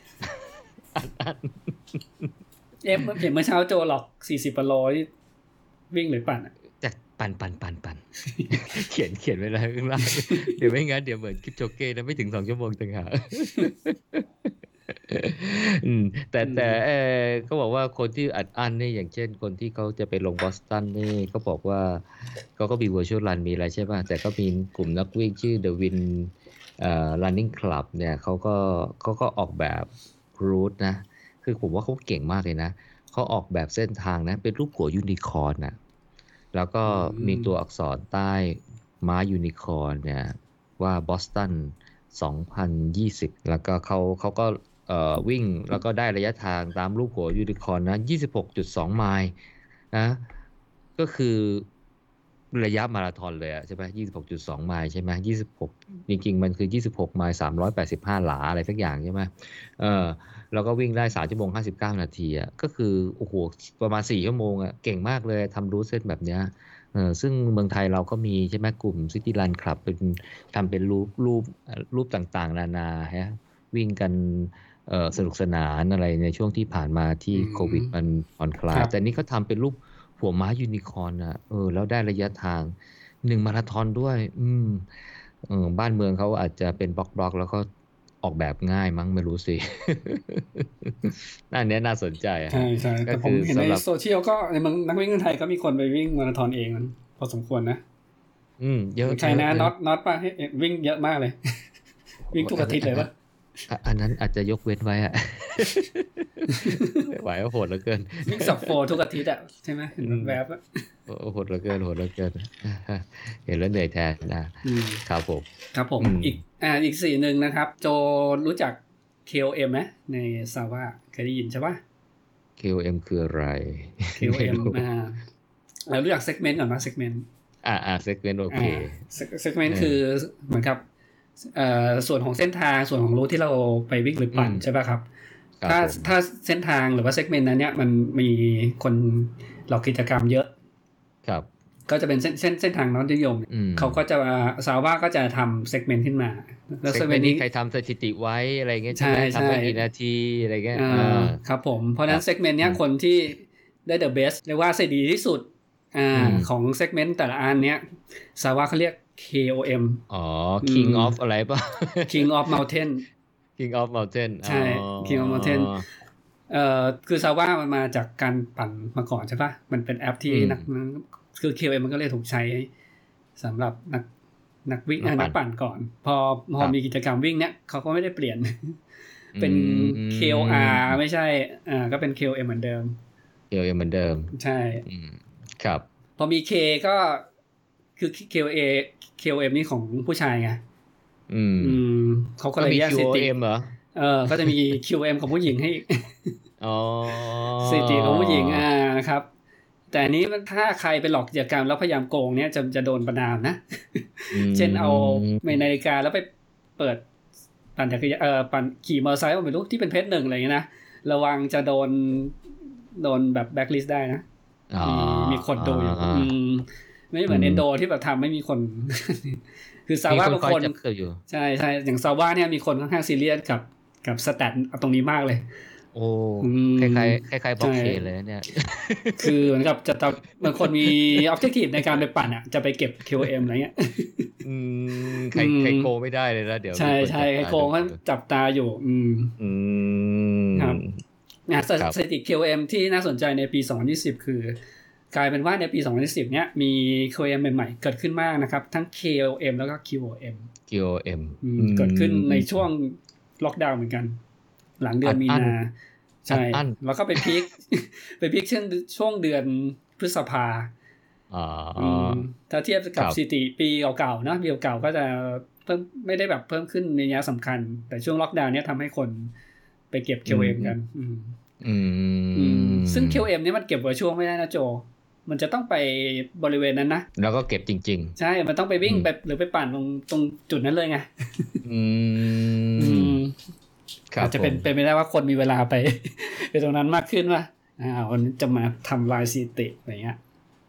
เห็นเมื่อเช้าโจหลอก40 โลวิ่งหรือปั่น
จะปั่นเขียนไว้แล้วข้างล่างเดี๋ยวไม่งั้นเดี๋ยวเหมือนคลิปโจเก้นะไม่ถึง2 ชั่วโมงต่างหากแต่ก็บอกว่าคนที่อัดนี่อย่างเช่นคนที่เขาจะไปลงบอสตันนี่เขาบอกว่าเขาก็มี virtual run มีอะไรใช่ป่ะแต่ก็มีกลุ่มนักวิ่งชื่อ The Win Running Club เนี่ยเขาก็ออกแบบรูทนะคือผมว่าเขาเก่งมากเลยนะเขาออกแบบเส้นทางนะเป็นรูปหัวยูนิคอร์นนะแล้วก็มีตัวอักษรใต้ม้ายูนิคอร์นเนี่ยว่าบอสตัน2020แล้วก็เขาก็วิ่งแล้วก็ได้ระยะทางตามรูปหัวยูนิคอร์นนะ 26.2 ไมล์นะก็คือระยะมาราธอนเลยใช่ไหม 26.2 ไมล์ใช่ไหม26จริงๆมันคือ26 ไมล์385 หลาอะไรสักอย่างใช่ไหมแล้วก็วิ่งได้3 ชั่วโมง 59 นาทีก็คือโอ้โหประมาณ4 ชั่วโมงเก่งมากเลยทำรูทเส้นแบบเนี้ยซึ่งเมืองไทยเราก็มีใช่ไหมกลุ่ม City Run Club ทำเป็นรูปต่างๆนานาฮะวิ่งกันสนุกสนานอะไรในช่วงที่ผ่านมาที่โควิดมันผ่อนคลายแต่นี่เขาทำเป็นรูปหัวม้ายูนิคอร์นแล้วได้ระยะทาง1 มาราธอนด้วยบ้านเมืองเขาอาจจะเป็นบล็อกแล้วก็ออกแบบง่ายมั้งไม่รู้สิ อันนี้น่าสนใจ
ใช่ใช่แต่ผมเห็นในโซเชียลก็ในเมืองนักวิ่งไทยก็มีคนไปวิ่งมาราธอนเองพอสมควรนะ
เยอะ
ใช่นะน็อตป่ะวิ่งเยอะมากเลยวิ่งทุกอาทิตย์เลยป่ะ
อันนั้นอาจจะยกเว้นไว้ไม่ไหวว่าโหดเหลือเกิน
วิ่งสับโฟทุกอาทิตย์ใช่ไหมเห็นแวบ
โหดเหลือเกินเห็นแล้วเหนื่อยแทนนะครับ
ผมอีก4นึงนะครับโจรู้จัก KOM ไหมในซาว่าเคยได้ยินใช่ป่ะ
KOM คืออะไร
KOM เรารู้จักเซกเมนต์ก่อนนะเซกเมนต์
เซกเมนต์โอเค
เซกเมนต์คือเหมือนกับส่วนของเส้นทางส่วนของรูทที่เราไปวิ่งหรือปั่นใช่ป่ะครับถ้าเส้นทางหรือว่าเซกเมนต์นั้นเนี่ยมันมีคนหลอกกิจกรรมเยอะ
ครับ
ก็จะเป็นเส้นทางน้องนิยมเขาก็จะซาว่าก็จะทำเซกเมนต์ขึ้นมา
แล้วเซกเมนต์นี้ใครทำสถิติไว้อะไรเงี้ยใช่ไหมทำไปกี่นาทีอะไรเงี้ย
ครับผมเพราะนั้นเซกเมนต์เนี้ยคนที่ได้ the best เรียกว่าเสร็จดีที่สุดของเซกเมนต์แต่ละอันเนี้ยซาว่าเขาเรียก KOM
King of อะไรป่ะ
King of Mountain
King of Mountain
ใช่ King of Mountain คือซาว่ามันมาจากการปั่นมาก่อนใช่ปะมันเป็นแอปที่นักคือ KOM มันก็เลยถูกใช้สำหรับนักวิ่งนักปั่นก่อนพอมีกิจกรรมวิ่งเนี้ยเขาก็ไม่ได้เปลี่ยนเป็น KOR ไม่ใช่ก็เป็น KOM เหมือนเดิม
KOM เหมือนเดิม
ใช่
ครับ
พอมี K ก็คือ KOM นี่ของผู้ชายไงเขาก็เลยแยกสถิติ
เหรอ
ก็จะมี QM ของผู้หญิงให้อีกสถิติของผู้หญิงนะครับแต่อันนี้ถ้าใครไปหลอกกิจกรรมแล้วพยายามโกงเนี่ยจะโดนประณามนะเช่นเอานาฬิกาแล้วไปเปิดปั่นจักรยานปั่นขี่มอเตอร์ไซค์ไม่รู้ที่เป็นเพจ1อะไรอย่างเงี้ยนะระวังจะโดนแบบแบล็คลิสต์ได้นะมีคนดูอยู่ไม่เหมือนเอนโดที่แบบทำไม่มีคนคือซาว่าบางคนใช่ๆอย่างซาว่าเนี่ยมีคนค่อนข้างซีเรียสกับสแตทตรงนี้มากเลย
โอ้คล้ายๆบล็อกเคเลยเนี่ย
คือเหมือนกับจะบางคนมี objective ในการไปปั่นอ่ะจะไปเก็บ QM อะไรเงี้ย
ใครโกงไม่ได้เลยนะเดี๋ยว
ใช่ๆใครโกงก็จับตาอยู่ครับสถิติ QM ที่น่าสนใจในปี2020คือกลายเป็นว่าในปี2020เนี้ยมี QM ใหม่ๆเกิดขึ้นมากนะครับทั้ง KOM แล้วก็ QOM เกิดขึ้นในช่วงล็อกดาวน์เหมือนกันหลังเดือนมีนาใช่แล้วก็ไปพีคช่วงเดือนพฤษภาถ้าเทียบกับสถิติปีเก่าๆนะปีเก่าก็จะเพิ่มไม่ได้แบบเพิ่มขึ้นในนัยสำคัญแต่ช่วงล็อกดาวน์เนี้ยทำให้คนไปเก็บ QM กันซึ่ง QM นี่มันเก็บไว้ช่วงไม่ได้นะโจมันจะต้องไปบริเวณนั้นนะ
แล้วก็เก็บจริง
ๆใช่มันต้องไปวิ่งไปหรือไปปั่นตรงจุดนั้นเลยไงอาจจะเป็นไม่ได้ว่าคนมีเวลาไปตรงนั้นมากขึ้นว่ามันจะมาทำลายสถิติอะไรเงี้ย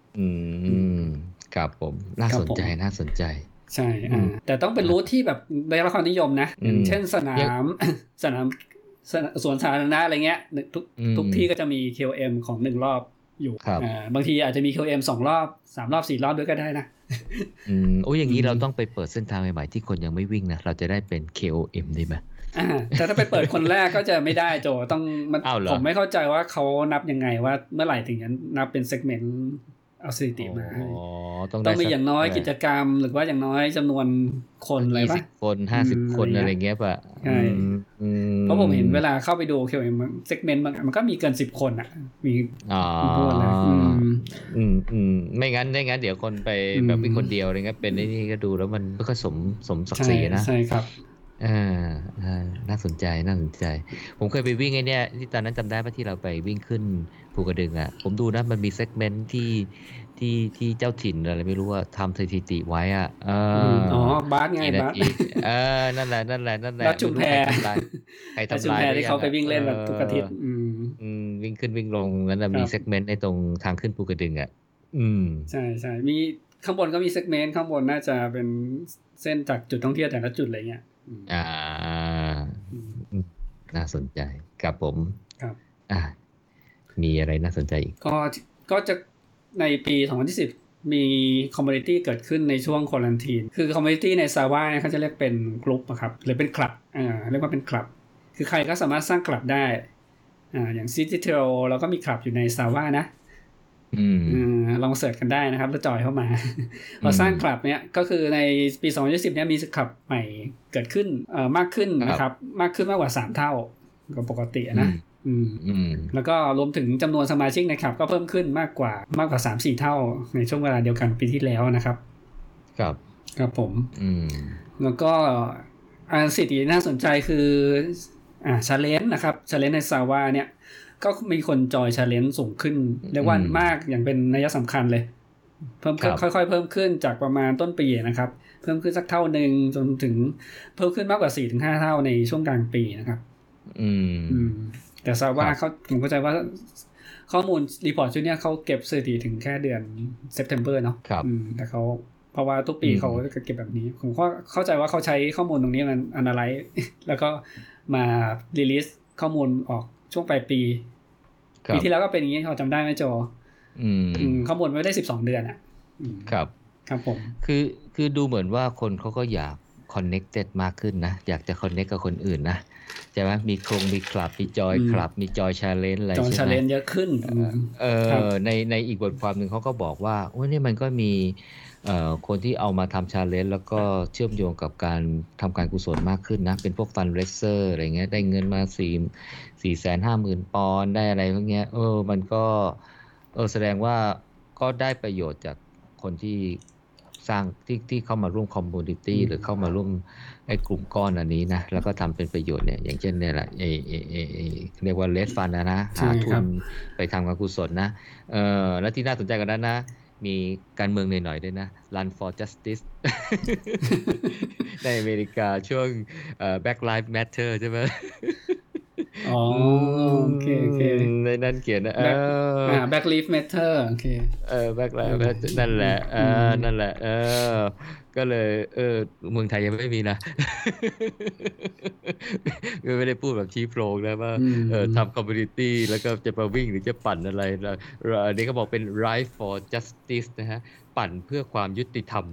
ครับผมน่าสนใจ
ใช่แต่ต้องเป็นรูทที่แบบได้รับความนิยมนะอย่างเช่นสนามสวนสาธารณะอะไรเงี้ยทุกที่ก็จะมี KOM ของ1รอบอยู่บางทีอาจจะมี KOM 2รอบ3รอบ4รอบด้วยก็ได้นะ
โอ้อย่างนี้เราต้องไปเปิดเส้นทางใหม่ๆที่คนยังไม่วิ่งนะเราจะได้เป็น KOM ได้ไหม
แต่ถ้าไปเปิดคนแรกก็จะไม่ได้โจต้องผมไม่เข้าใจว่าเขานับยังไงว่าเมื่อไหร่ถึงจะนับเป็นเซกเมนต์เอาสถิติมาต้องมีอย่างน้อยกิจกรรมหรือว่าอย่างน้อยจำนวนคนอะไรป่ะ
20 คน50 คนอะไรเงี้ยป่ะ
ใช่เพราะผมเห็นเวลาเข้าไปดู KOM เซกเมนต์มันก็มีเกิน10 คนอ่ะมีพวกเลย
ไม่งั้นเดี๋ยวคนไปแบบวิ่งคนเดียวอะไรเงี้ยเป็นนี่ก็ดูแล้วมันไม่ค่อยสมศักดิ์ศรีนะ
ใช่ครับ
น่าสนใจผมเคยไปวิ่งไอ้เนี่ยที่ตอนนั้นจำได้ป่ะที่เราไปวิ่งขึ้นภูกระดึงอ่ะผมดูนะมันมีเซกเมนต์ที่เจ้าถิ่นอะไรไม่รู้ว่าทำสถิติไว้อ่ะ
บาสไงบาส
นั่นแหละ
แล้วจุ่มแพ
ใครทำลาย
ที่เขาไปวิ่งเล่นแบบทุกอาทิตย์
วิ่งขึ้นวิ่งลงนั้นมีเซกเมนต์ในตรงทางขึ้นภูกระดึงอ่ะ
ใช่มีข้างบนก็มีเซกเมนต์ข้างบนน่าจะเป็นเส้นจากจุดท่องเที่ยวแต่ละจุดอะไรเงี้ย
น่าสนใจครับผม
ครับ
มีอะไรน่าสนใจอีก
ก็จะในปี2020มีคอมมูนิตี้เกิดขึ้นในช่วงควอรันทีนคือคอมมูนิตี้ในซาว่าเขาจะเรียกเป็นกลุ่มนะครับหรือเป็นคลับเรียกว่าเป็นคลับคือใครก็สามารถสร้างคลับได้อย่างซิตี้เทลเราก็มีคลับอยู่ในซาว่านะลองเสิร์ชกันได้นะครับแล้วจอยเข้ามาพอสร้างคลับเนี้ยก็คือในปี2020เนี้ยมีคลับใหม่เกิดขึ้นมากขึ้นนะครับมากกว่า3เท่ากว่าปกตินะแล้วก็รวมถึงจำนวนสมาชิกในคลับก็เพิ่มขึ้นมากกว่า 3-4 เท่าในช่วงเวลาเดียวกันปีที่แล้วนะครับครับผมแล้วก็สิ่งที่น่าสนใจคือchallenge นะครับ challenge ในซาว่าเนี่ยก็มีคนจอย challenge สูงขึ้นเรียกว่ามากอย่างเป็นนัยสำคัญเลยเพิ่มค่อยๆเพิ่มขึ้นจากประมาณต้นปีนะครับเพิ่มขึ้นสักเท่านึงจนถึงเพิ่มขึ้นมากกว่า 4-5 เท่าในช่วงกลางปีนะครับแต่ซาว่าผมเข้าใจว่าข้อมูลรีพอร์ตชุดนี้เขาเก็บสถิติถึงแค่เดือน September เนาะแต่เขาเพราะว่าทุกปีเขาก็เก็บแบบนี้ผมก็เข้าใจว่าเขาใช้ข้อมูลตรงนี้มัน analyze แล้วก็มา release ข้อมูลออกช่วงปลายปีที่แล้วก็เป็นอย่างนี้เขาจำได้ไหมโจข้างบนไม่ได้12เดือนอ่ะ
ครับ
ครับผม
คือดูเหมือนว่าคนเขาก็อยาก connected มากขึ้นนะอยากจะ connect กับคนอื่นนะใช่ไหมมีคลับมีจอยคลับมีจอยชาเลนจ์อะไรใช่ไหม
จอยชาเลนจ์เยอะขึ้น
ในอีกบทความหนึ่งเขาก็บอกว่าโอ้ยนี่มันก็มีคนที่เอามาทำชาเลนจ์แล้วก็เชื่อมโยงกับการทำการกุศลมากขึ้นนะเป็นพวกฟันเรสเซอร์อะไรเงี้ยได้เงินมา450,000 ปอนด์ได้อะไรพวกเนี้ยมันก็แสดงว่าก็ได้ประโยชน์จากคนที่สร้างที่เข้ามาร่วมคอมมูนิตี้หรือเข้ามาร่วมไอ้กลุ่มก้อนอันนี้นะแล้วก็ทำเป็นประโยชน์เนี่ยอย่างเช่นเนี่ยแหละเรียกว่าเลสฟันนะหาทุนไปทำการกุศลนะแล้วที่น่าสนใจกันนั้นนะมีการเมืองหน่อยๆด้วยนะ Run for Justice ในอเมริกาช่วงBlack Lives Matter ใช่ไหม
อ๋อโอเค
ในนั้นเขียนนะ
Black Lives Matter โอเค
Black Lives Matter นั่นแหละนั่นแหละก็เลยเมืองไทยยังไม่มีนะไม่ได้พูดแบบชี้โพรงนะว่าทำคอมมูนิตี้แล้วก็จะมาวิ่งหรือจะปั่นอะไรอันนี้เขาบอกเป็น Right for Justice นะฮะปั่นเพื่อความยุติธรรม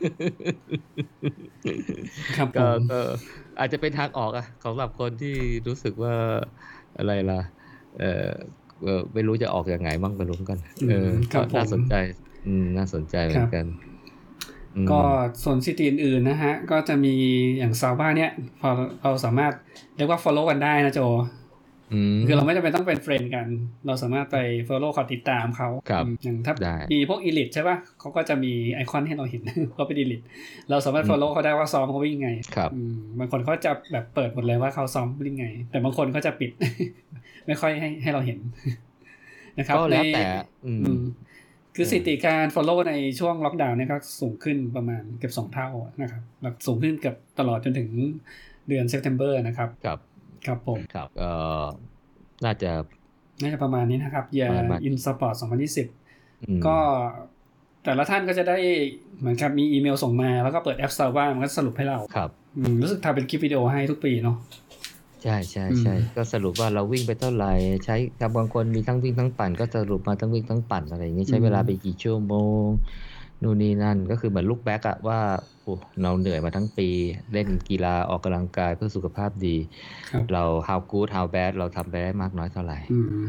ก็อาจจะเป็นทางออกสำหรับคนที่รู้สึกว่าอะไรล่ะไม่รู้จะออกยังไงบ้างไปรู้กันก็น่าสนใจน่าสนใจเหมือนกัน
ก็ส่วนซิตี้อื่นๆนะฮะก็จะมีอย่างซาวบ้าเนี่ยพอเราสามารถเรียกว่า follow กันได้นะโจคือเราไม่จำเป็นต้องเป็นเฟรนด์กันเราสามารถไป follow เขาติดตามเขาอย่างถ้ามีพวก elite ใช่ป่ะเขาก็จะมีไอคอนให้เราเห็นเขาเป็น elite เราสามารถ follow เขาได้ว่าซ้อมเขาวิ่งไงบางคนเขาจะแบบเปิดหมดเลยว่าเขาซ้อมวิ่งไงแต่บางคนก็จะปิด ไม่ค่อยให้เราเห็นนะครับ
ก็แล้วแต่
คือสถิติการ follow ในช่วงล็อกดาวน์เนี่ยก็สูงขึ้นประมาณเกือบ2เท่านะครับแล้วสูงขึ้นเกือบตลอดจนถึงเดือน September นะครับครับผม
ครับน่าจะ
ประมาณนี้นะครับ Year in Sport 2020ก็แต่ละท่านก็จะได้เหมือนกับมีอีเมลส่งมาแล้วก็เปิดแอป Strava มันก็สรุปให้เรา
ครับ
รู้สึกทำเป็นคลิปวิดีโอให้ทุกปีเนาะ
ใช่ก็สรุปว่าเราวิ่งไปเท่าไหร่ใช้กับบางคนมีทั้งวิ่งทั้งปั่นก็สรุปมาทั้งวิ่งทั้งปั่นอะไรอย่างนี้ใช้เวลาไปกี่ชั่วโมงนู่นนี่นั่นก็คือเหมือนลุคแบ็กอะว่าเราเหนื่อยมาทั้งปีเล่นกีฬาออกกำลังกายเพื่อสุขภาพดีเรา how good how bad เราทำไปได้มากน้อยเท่าไหร่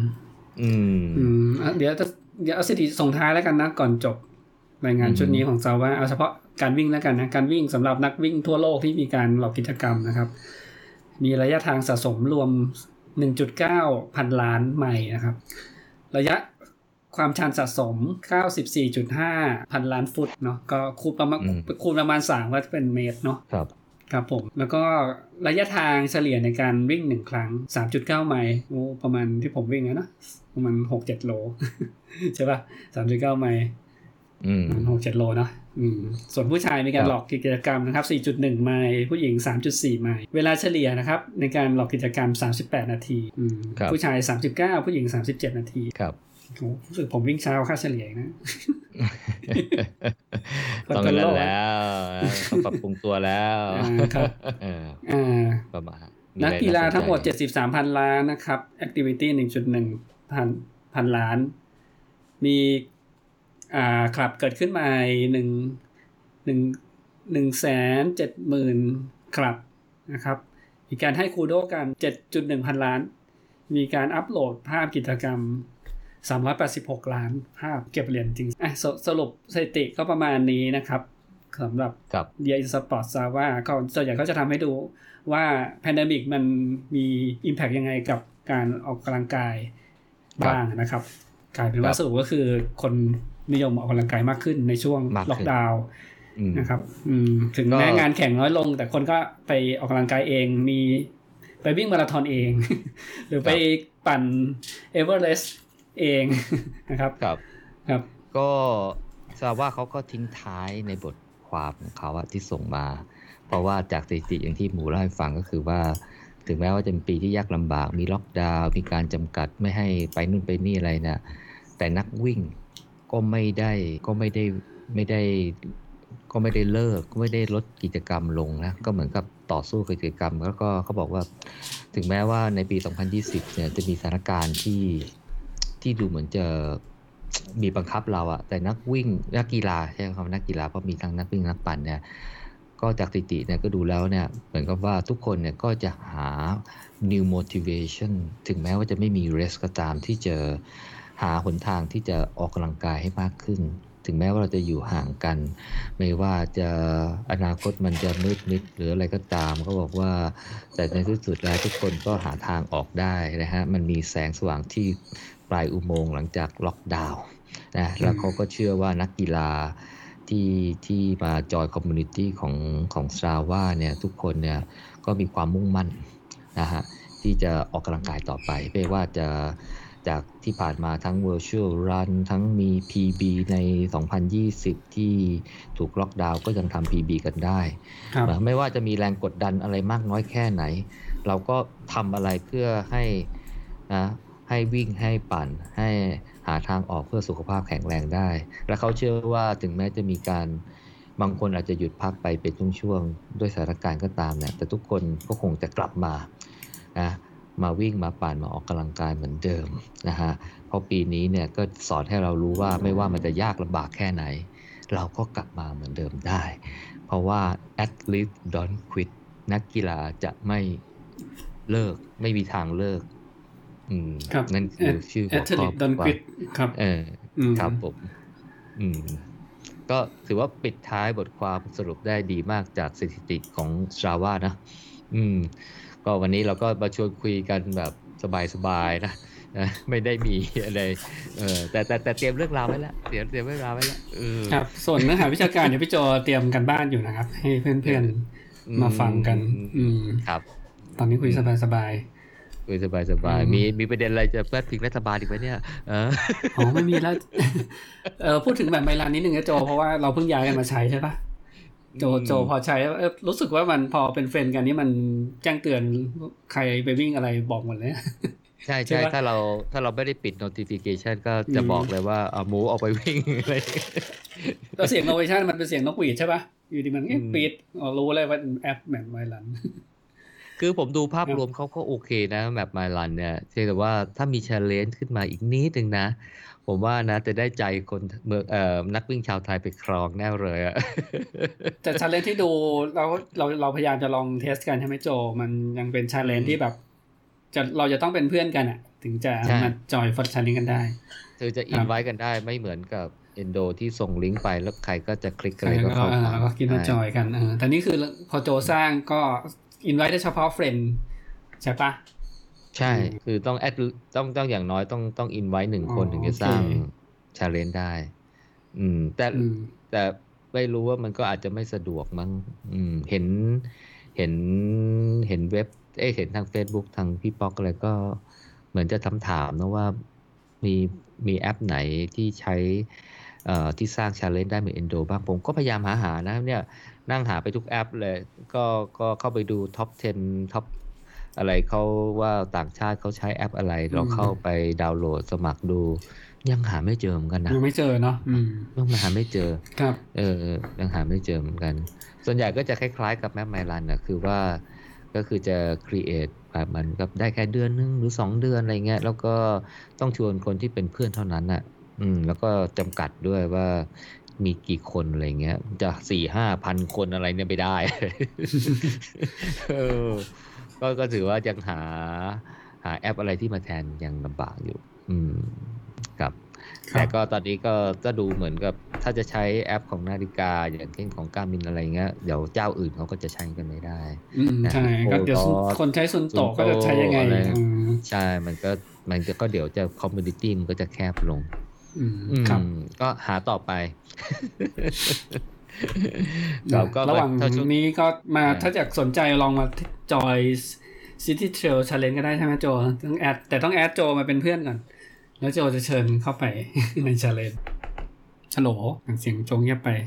เดี๋ยวเอาสถิติส่งท้ายแล้วกันนะก่อนจบรายงานชุดนี้ของStravaเอาเฉพาะการวิ่งแล้วกันนะการวิ่งสำหรับนักวิ่งทั่วโลกที่มีการออกกิจกรรมนะครับมีระยะทางสะสมรวม 1.9 พันล้านไมล์นะครับระยะความชันสะสม 94.5 พันล้านฟุตเนาะก็คูณประมาณ3ก็จะเป็นเมตรเนาะครับผมแล้วก็ระยะทางเฉลี่ยในการวิ่ง1ครั้ง 3.9 ไมล์ประมาณที่ผมวิ่งนะประมาณ 6-7 โลใช่ป่ะ 3.9 ไมล์6-7 โลเนาะส่วนผู้ชายมีการหลอกกิจกรรมนะครับ 4.1 ไมล์ผู้หญิง 3.4 ไมล์เวลาเฉลี่ยนะครับในการหลอกกิจกรรม38นาทีผู้ชาย39ผู้หญิง37นาที
ครับ
รู้สึกผมวิ่งช้าค่าเฉลี่ยนะ
ต้องแล้วต้องปรับปรุงตัวแล้ว
ครับ
ประมาณ
นักกีฬาทั้งหมด 73,000 ล้านนะครับ Activity 1.1 พันล้านมีครับเกิดขึ้นมา170,000 ครับนะครับมีการให้คูโดกัน 7.1 พันล้านมีการอัปโหลดภาพกิจกรรม386ล้านภาพเก็บเหรียญจริงสรุปสถิติก็ประมาณนี้นะครับสำหรับ Year in Sport Strava ก็ส่วนใหญ่ก็จะทำให้ดูว่า Pandemic มันมี Impact ยังไงกับการออกกำลังกายบ้างนะครับกลายเป็นว่าสรุปก็คือคนนิยมออกกำลังกายมากขึ้นในช่วงล็อกดาวน์นะครับถึงแม้งานแข่งน้อยลงแต่คนก็ไปออกกำลังกายเองมีไปวิ่งมาราธอนเอง หรือไปปั่นเอเวอเรสต์เองนะครับครับ
ก็ทราบว่าเขาก็ทิ้งท้ายในบทความของเขาที่ส่งมาเพราะว่าจากสถิติอย่างที่หมูเล่าให้ฟังก็คือว่าถึงแม้ว่าจะเป็นปีที่ยากลำบากมีล็อกดาวน์มีการจำกัดไม่ให้ไปนู่นไปนี่อะไรนะแต่นักวิ่งก็ไม่ได้เลิกก็ไม่ได้ลดกิจกรรมลงนะก็เหมือนกับต่อสู้กิจกรรมแล้วก็เขาบอกว่าถึงแม้ว่าในปี2020เนี่ยจะมีสถานการณ์ที่ดูเหมือนจะบีบบังคับเราอะแต่นักวิ่งนักกีฬาใช่ไหมครับนักกีฬาเพราะมีทั้งนักวิ่งนักปั่นเนี่ยก็จากสถิติเนี่ยก็ดูแล้วเนี่ยเหมือนกับว่าทุกคนเนี่ยก็จะหา new motivation ถึงแม้ว่าจะไม่มี race ก็ตามที่จะหาหนทางที่จะออกกำลังกายให้มากขึ้นถึงแม้ว่าเราจะอยู่ห่างกันไม่ว่าจะอนาคตมันจะมืดมิดหรืออะไรก็ตามก็บอกว่าแต่ในที่สุดแล้วทุกคนก็หาทางออกได้นะฮะมันมีแสงสว่างที่ปลายอุโมงค์หลังจากล็อกดาวน์นะแล้วเขาก็เชื่อว่านักกีฬาที่มาจอยคอมมูนิตี้ของซาว่าเนี่ยทุกคนเนี่ยก็มีความมุ่งมั่นนะฮะที่จะออกกำลังกายต่อไปไม่ว่าจะจากที่ผ่านมาทั้ง Virtual Run ทั้งมี PB ใน 2020 ที่ถูกล็อกดาวน์ก็ยังทำ PB กันได้ไม่ว่าจะมีแรงกดดันอะไรมากน้อยแค่ไหนเราก็ทำอะไรเพื่อให้วิ่งให้ปั่นให้หาทางออกเพื่อสุขภาพแข็งแรงได้และเขาเชื่อว่าถึงแม้จะมีการบางคนอาจจะหยุดพักไปเป็นช่วงๆด้วยสถานการณ์ก็ตามเนี่ยแต่ทุกคนก็คงจะกลับมามาวิ่งมาปั่นมาออกกำลังกายเหมือนเดิมนะฮะเพราะปีนี้เนี่ยก็สอนให้เรารู้ว่าไม่ว่ามันจะยากลำบากแค่ไหนเราก็กลับมาเหมือนเดิมได้เพราะว่า athlete don't quit นักกีฬาจะไม่เลิกไม่มีทางเลิกนั่นคือชื่อหัวข้อ
ครับ
ครับผมก็ถือว่าปิดท้ายบทความสรุปได้ดีมากจากสถิติของ Strava นะก็วันนี้เราก็มาชวนคุยกันแบบสบายๆนะไม่ได้มีอะไรแต่เตรียมเรื่องราวไว้แล้วเตรียมเรื่องราวไว้แล้ว
ครับส่วนเนื้อหาวิชาการเดี๋ยวพี่โจเตรียมกันบ้านอยู่นะครับให้เพื่อนๆมาฟังกัน
ครับ
ตอนนี้คุยสบาย
คุยสบายมีประเด็นอะไรจะเปิดพิงรัฐบาลอีกไหมเนี่ย
ไม่มีแล้วพูดถึงแบบไมลันนิดนึงนะโจเพราะว่าเราเพิ่งย้ายกันมาใช้ใช่ปะโจพอใช้รู้สึกว่ามันพอเป็นเฟรนด์กันนี่มันแจ้งเตือนใครไปวิ่งอะไรบอกหมดเลย
ใช่ถ้าเราไม่ได้ปิด notification ก็จะบอกเลยว่าหมูออกไปวิ่งอะไร
แล้วเสียง notification มันเป็นเสียงนกหวีดใช่ปะอยู่ดีมันปิดรู้เลยว่าแอปแบบไมลัน
คือผมดูภาพรวมเขาก็โอเคนะแบบไมลันเนี่ยแต่ว่าถ้ามี challenge ขึ้นมาอีกนิดนึงนะผมว่านะจะได้ใจคนนักวิ่งชาวไทยไปครองแน่เลยอ่ะ
แต่ challenge ที่ดูเราพยายามจะลองเทสกันใช่ไหมโจมันยังเป็น challenge ที่แบบเราจะต้องเป็นเพื่อนกันอ่ะถึงจะมาจอยฟอร์ challenge กันได้
จะ invite กันได้ไม่เหมือนกับ Endo ที่ส่งลิงก์ไปแล้วใครก็จะคลิกอะไรก็เข้า
มาก็คิดว่าจอยกันแต่นี่คือพอโจสร้างก็invite ได้เฉพาะเฟรนด์ใช่ปะ
ใช่คือต้องต้องอย่างน้อยต้อง invite 1 คนถึงจะสร้าง challenge ได้แต่ไม่รู้ว่ามันก็อาจจะไม่สะดวกมั้งเห็นเว็บเห็นทาง Facebook ทางพี่ป๊อกอะไรก็เหมือนจะถามนะว่ามีแอปไหนที่ใช้ที่สร้าง challenge ได้เหมือน Endo บ้างผมก็พยายามหานะเนี่ยนั่งหาไปทุกแอปเลยก็เข้าไปดูท็อป 10 ท็อปอะไรเขาว่าต่างชาติเขาใช้แอปอะไรเราเข้าไปดาวน์โหลดสมัครดูยังหาไม่เจอเหมือนกันนะ
ยังไม่เจอเนาะ
ยังหาไม่เจอ
ครับ
ยังหาไม่เจอเหมือนกันส่วนใหญ่ก็จะคล้ายๆกับแมปไมลันนะคือว่าก็คือจะ create แบบมันกับได้แค่เดือนนึงหรือ2 เดือนอะไรเงี้ยแล้วก็ต้องชวนคนที่เป็นเพื่อนเท่านั้นน่ะแล้วก็จำกัดด้วยว่ามีกี่คนอะไรเงี้ยจะ 4-5,000 คนอะไรเนี่ยไม่ได้ ก็ถือว่ายังหาแอปอะไรที่มาแทนยังลำบากอยู่ครับแต่ก็ตอนนี้ก็ดูเหมือนกับถ้าจะใช้แอปของนาฬิกาอย่างเช่นของGarminอะไรเงี้ยเดี๋ยวเจ้าอื่นเขาก็จะใช้กันไม่ได้
ใช่ก็เดี๋ยวคนใช้ซุนโตะก็จะใช้ยังไง
ใช่มันก็เดี๋ยวจะคอมมูนิตี้มันก็จะแคบลงก็หาต่อไป
ระหว่างนี้ก็มาถ้าอยากสนใจลองมาจอย City Trail Challenge ก็ได้ใช่ไหมโจต้องแอดโจมาเป็นเพื่อนก่อนแล้วโจจะเชิญเข้าไปใน Challenge ฮัลโหลเสียงโจงเงียบไป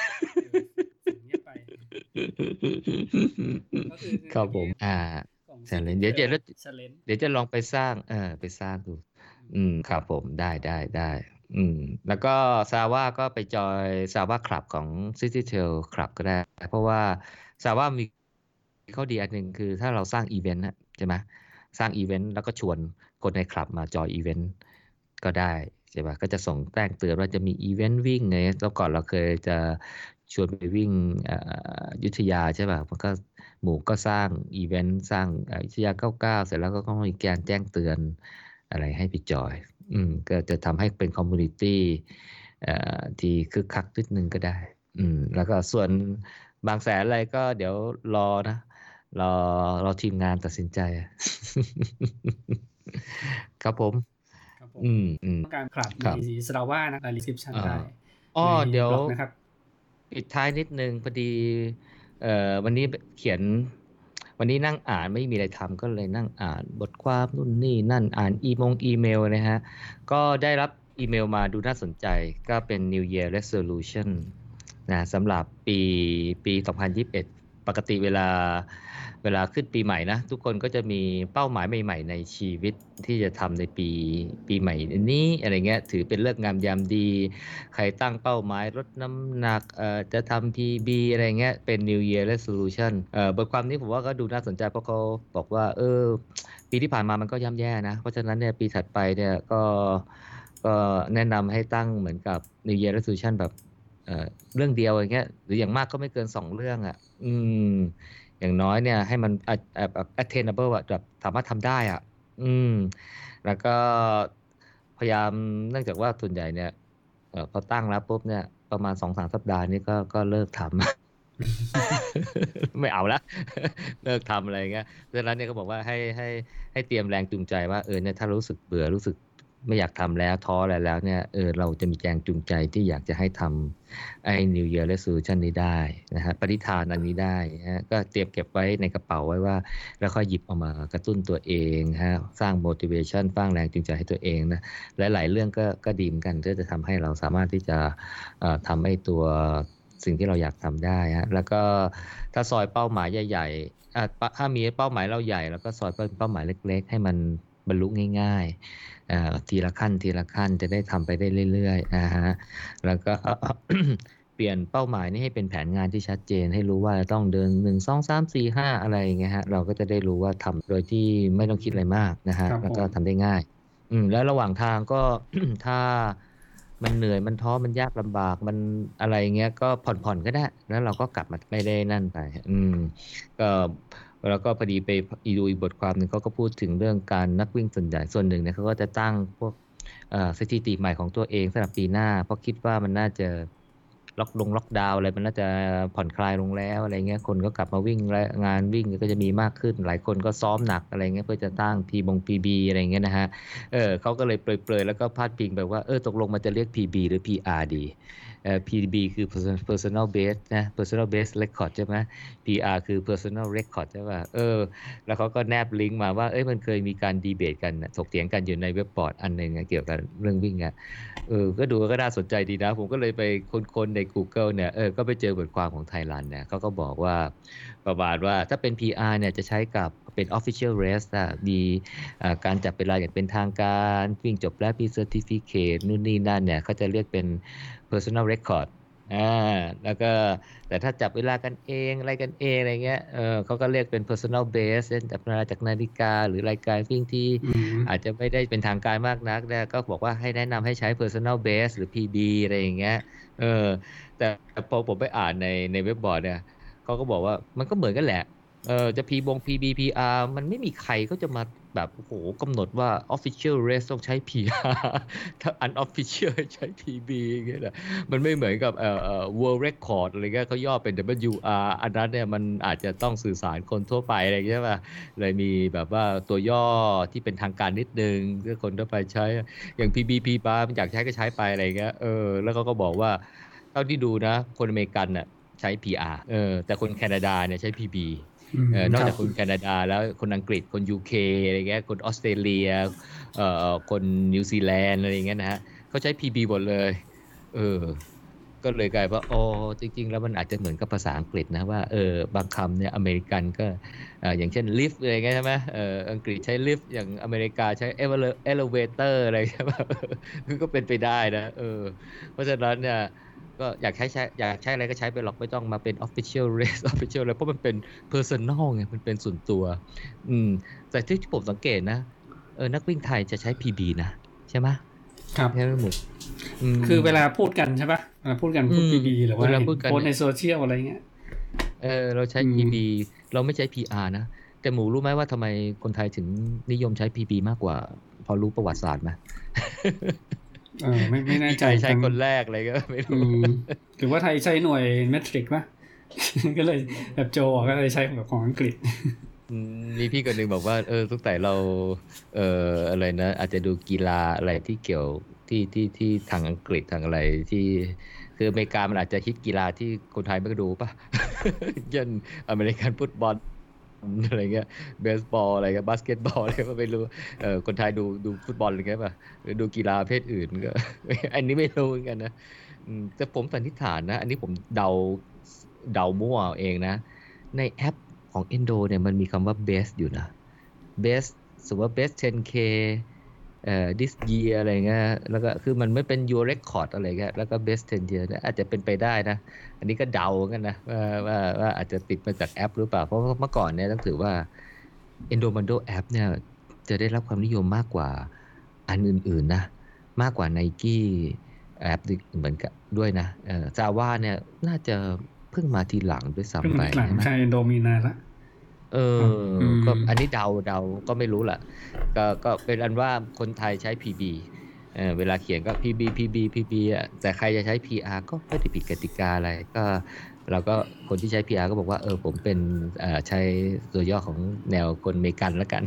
ครับผมChallenge เดี๋ยวจะลองไปสร้างดูครับผมได้แล้วก็ซาว่าก็ไปจอยซาว่าคลับของ City Trail Club ก็ได้เพราะว่าซาว่ามีข้อดีอันนึงคือถ้าเราสร้างอีเวนต์ใช่ไหมสร้างอีเวนต์แล้วก็ชวนคนในคลับมาจอยอีเวนต์ก็ได้ใช่ป่ะก็จะส่งแจ้งเตือนว่าจะมีอีเวนต์วิ่งไงแล้วก่อนเราเคยจะชวนไปวิ่งอยุธยาใช่ป่ะมันก็หมู่ก็สร้างอีเวนต์สร้างอยุธยา99เสร็จแล้วก็มีการแจ้งเตือนอะไรให้ไปจอยก็จะทำให้เป็นคอมมูนิตี้ที่คึกคักนิดนึงก็ได้แล้วก็ส่วนบางแสนอะไรก็เดี๋ยวรอนะรอทีมงานตัดสินใจ ครับผม
ครับผ
อื
ม
มอืม
ต้องการคลับใน
ครับ
Strava นะdescription
อ่า
ได้
อ้อ
ใน
เดี๋ยว
บล็อกนะครับ
ปิดท้ายนิดนึงพอดีวันนี้เขียนวันนี้นั่งอ่านไม่มีอะไรทำก็เลยนั่งอ่านบทความนู่นนี่นั่นอ่านอีเมลนะฮะก็ได้รับอีเมลมาดูน่าสนใจก็เป็น New Year Resolution นะสำหรับปี2021ปกติเวลาขึ้นปีใหม่นะทุกคนก็จะมีเป้าหมายใหม่ๆในชีวิตที่จะทำในปีใหม่นี้อะไรเงี้ยถือเป็นฤกษ์งามยามดีใครตั้งเป้าหมายลดน้ำหนักจะทำ PB อะไรเงี้ยเป็น New Year Resolution บทความนี้ผมว่าก็ดูน่าสนใจเพราะเขาบอกว่าปีที่ผ่านมามันก็ย่ำแย่นะเพราะฉะนั้นเนี่ยปีถัดไปเนี่ยก็แนะนำให้ตั้งเหมือนกับ New Year Resolution แบบเรื่องเดียวอย่างเงี้ยหรืออย่างมากก็ไม่เกิน2 เรื่องอ่ะอย่างน้อยเนี่ยให้มันattainable อะแบบสามารถทำได้อ่ะแล้วก็พยายามเนื่องจากว่าส่วนใหญ่เนี่ยพอตั้งแล้วปุ๊บเนี่ยประมาณ2-3 สัปดาห์นี้ก็เลิกทำ ไม่เอาละเลิกทำอะไรเงี้ยเพราะฉะนั้นเนี่ยก็บอกว่าให้เตรียมแรงจูงใจว่าเนี่ยถ้ารู้สึกเบื่อรู้สึกไม่อยากทำแล้วท้ออะไรแล้วเนี่ยเราจะมีแรงจูงใจที่อยากจะให้ทำไอ้ New Year Resolution นี้ได้นะฮะปณิธานอันนี้ได้นะฮะก็เตรียมเก็บไว้ในกระเป๋าไว้ว่าแล้วค่อยหยิบเออกมากระตุ้นตัวเองฮะสร้าง motivation สร้างแรงจูงใจให้ตัวเองนะหลายๆเรื่องก็ดีเหมือนกันที่จะทำให้เราสามารถที่จะทำให้ตัวสิ่งที่เราอยากทำได้ฮะแล้วก็ถ้าซอยเป้าหมายใหญ่ๆถ้ามีเป้าหมายเราใหญ่แล้วก็ซอยเป็นเป้าหมายเล็กๆให้มันบรรลุง่ายๆทีละขั้นทีละขั้นจะได้ทำไปได้เรื่อยๆนะฮะแล้วก็ เปลี่ยนเป้าหมายนี้ให้เป็นแผนงานที่ชัดเจนให้รู้ว่าต้องเดิน1 2 3 4 5อะไรอย่างเงี้ยฮะเราก็จะได้รู้ว่าทำโดยที่ไม่ต้องคิดอะไรมากนะฮะแล้วก็ทำได้ง่ายแล้วระหว่างทางก็ ถ้ามันเหนื่อยมันท้อมันยากลำบากมันอะไรเงี้ยก็ผ่อนก็ได้แล้วเราก็กลับมาไม่ได้นั่นไปก็แล้วก็พอดีไปดูอีกบทความหนึ่งเขาก็พูดถึงเรื่องการนักวิ่งส่วนใหญ่ส่วนหนึ่งเนี่ยเขาก็จะตั้งพวกสถิติใหม่ของตัวเองสำหรับปีหน้าเพราะคิดว่ามันน่าจะล็อกดาวน์อะไรมันน่าจะผ่อนคลายลงแล้วอะไรเงี้ยคนก็กลับมาวิ่งและงานวิ่งก็จะมีมากขึ้นหลายคนก็ซ้อมหนักอะไรเงี้ยเพื่อจะตั้งพีบีอะไรเงี้ยนะฮะเขาก็เลยเปรยๆแล้วก็พาดพิงแบบว่าตกลงมันจะเรียก PB หรือ PR ดีPB คือ personal base นะ personal base record ใช่ไหม PR คือ personal record ใช่ป่ะแล้วเขาก็แนบลิงก์มาว่ามันเคยมีการดีเบตกันถกเถียงกันอยู่ในเว็บบอร์ดอันหนึ่งเกี่ยวกับเรื่องวิ่งก็ดูก็น่าสนใจดีนะผมก็เลยไปค้นใน Google เนี่ยก็ไปเจอบทความของไทยรันเนี่ยเขาก็บอกว่าประมาณว่าถ้าเป็น PR เนี่ยจะใช้กับเป็น official race มีการจับเวลาอย่างเป็นทางการวิ่งจบแล้วมี certificate นู่นนี่นั่นเนี่ยเขาจะเรียกเป็น personal record แล้วก็แต่ถ้าจับเวลากันเองอะไรกันเองอะไรเงี้ยเขาก็เรียกเป็น personal base เช่นจับเวลาจากนาฬิกาหรือรายการวิ่งที่อาจจะไม่ได้เป็นทางการมากนักนะก็บอกว่าให้แนะนำให้ใช้ personal base หรือ PB อะไรอย่างเงี้ยแต่พอผมไปอ่านในเว็บบอร์ดเนี่ยเขาก็บอกว่ามันก็เหมือนกันแหละจะ PB PR มันไม่มีใครก็จะมาแบบโอ้โหกำหนดว่า official race ต้องใช้ PR ถ้า unofficial ใช้ PB อย่างเงี้ยนะมันไม่เหมือนกับworld record อะไรเงี้ยเขาย่อเป็น WR อันนั้นเนี่ยมันอาจจะต้องสื่อสารคนทั่วไปอะไรเงี้ยป่ะเลยมีแบบว่าตัวย่อที่เป็นทางการนิดนึงเพื่อคนทั่วไปใช้อย่าง PB PR มันอยากใช้ก็ใช้ไปอะไรเงี้ยแล้วเขาก็บอกว่าเท่าที่ดูนะคนอเมริกันน่ะใช้ PR แต่คนแคนาดาเนี่ยใช้ PBนอกจากคนแคนาดาแล้วคนอังกฤษคน UK อะไรเงี้ยคนออสเตรเลียคนนิวซีแลนด์อะไรเงี้ยนะฮะเขาใช้ PB หมดเลยก็เลยกลายว่าจริงๆแล้วมันอาจจะเหมือนกับภาษาอังกฤษนะว่าบางคำเนี่ยอเมริกันก็อย่างเช่น lift อะไรเงี้ยใช่ไหมอังกฤษใช้ lift อย่างอเมริกาใช้ elevator อะไรใช่ไหมก็เป็นไปได้นะเพราะฉะนั้นเนี่ยก็อยากใช้อะไรก็ใช้ไปหรอกไม่ต้องมาเป็น official race official เลยเพราะมันเป็น personal ไงมันเป็นส่วนตัวแต่ที่ผมสังเกตนะนักวิ่งไทยจะใช้ PB นะใช่ไหม
ครับ
แค่ไม่หมด
คือเวลาพูดกันใช่ปะเวลาพูดกันพูด PB หรือว่าโพสในโซเชียลอะไรเงี้ย
เราใช้ PB เราไม่ใช้ PR นะแต่หมูรู้ไหมว่าทำไมคนไทยถึงนิยมใช้ PB มากกว่าพอรู้ประวัติศาสตร์ไหม
ไม่แน่ใจ
ใช้คนแรกอะไรก็ไม่รู้
หรือว่าไทยใช้หน่วยเมตริกป่ะ ก็เลยแบบโจก็เลยใช้แบบของอังกฤษ
มีพี่คนหนึ่งบอกว่าตั้งแต่เราอะไรนะอาจจะดูกีฬาอะไรที่เกี่ยวที่ทางอังกฤษทางอะไรที่คืออเมริกามันอาจจะฮิตกีฬาที่คนไทยไม่ดูป่ะ เช่นอเมริกันฟุตบอลอะไรเงี้ยเบสบอลอะไรเงี้ยบาสเกตบอลอะไรก็ไม่รู้คนไทยดูฟุตบอลอะไรเงี้ยป่ะหรือดูกีฬาประเภทอื่นก็ อันนี้ไม่รู้เหมือนกันนะแต่ผมสันนิษฐานนะอันนี้ผมเดามั่วเองนะในแอปของ Endo เนี่ยมันมีคำว่า best อยู่นะ best สมมติว่า best 10K this year อะไรเงี้ยแล้วก็คือมันไม่เป็น your record อะไรเงี้ยแล้วก็ best 10 year อาจจะเป็นไปได้นะอันนี้ก็เดากันนะว่าอาจจะติดมาจากแอปหรือเปล่าเพราะเมื่อก่อนเนี่ยต้องถือว่า Endomondo app เนี่ยจะได้รับความนิยมมากกว่าอันอื่นๆนะมากกว่า Nike แอปเหมือนกันด้วยนะJava เนี่ยน่าจะเพิ่งมาทีหลังด้วยซ้ำไป
หลังใช่ Endo มีนานละ
ก็อันนี้เดาก็ไม่รู้แหละก็เป็นอันว่าคนไทยใช้ PB เวลาเขียนก็ PB อ่ะแต่ใครจะใช้ PR ก็ไม่ได้ผิดกติกาอะไรก็เราก็คนที่ใช้ PR ก็บอกว่าผมเป็นใช้ตัวย่อของแนวคนอเมริกันแล้วกัน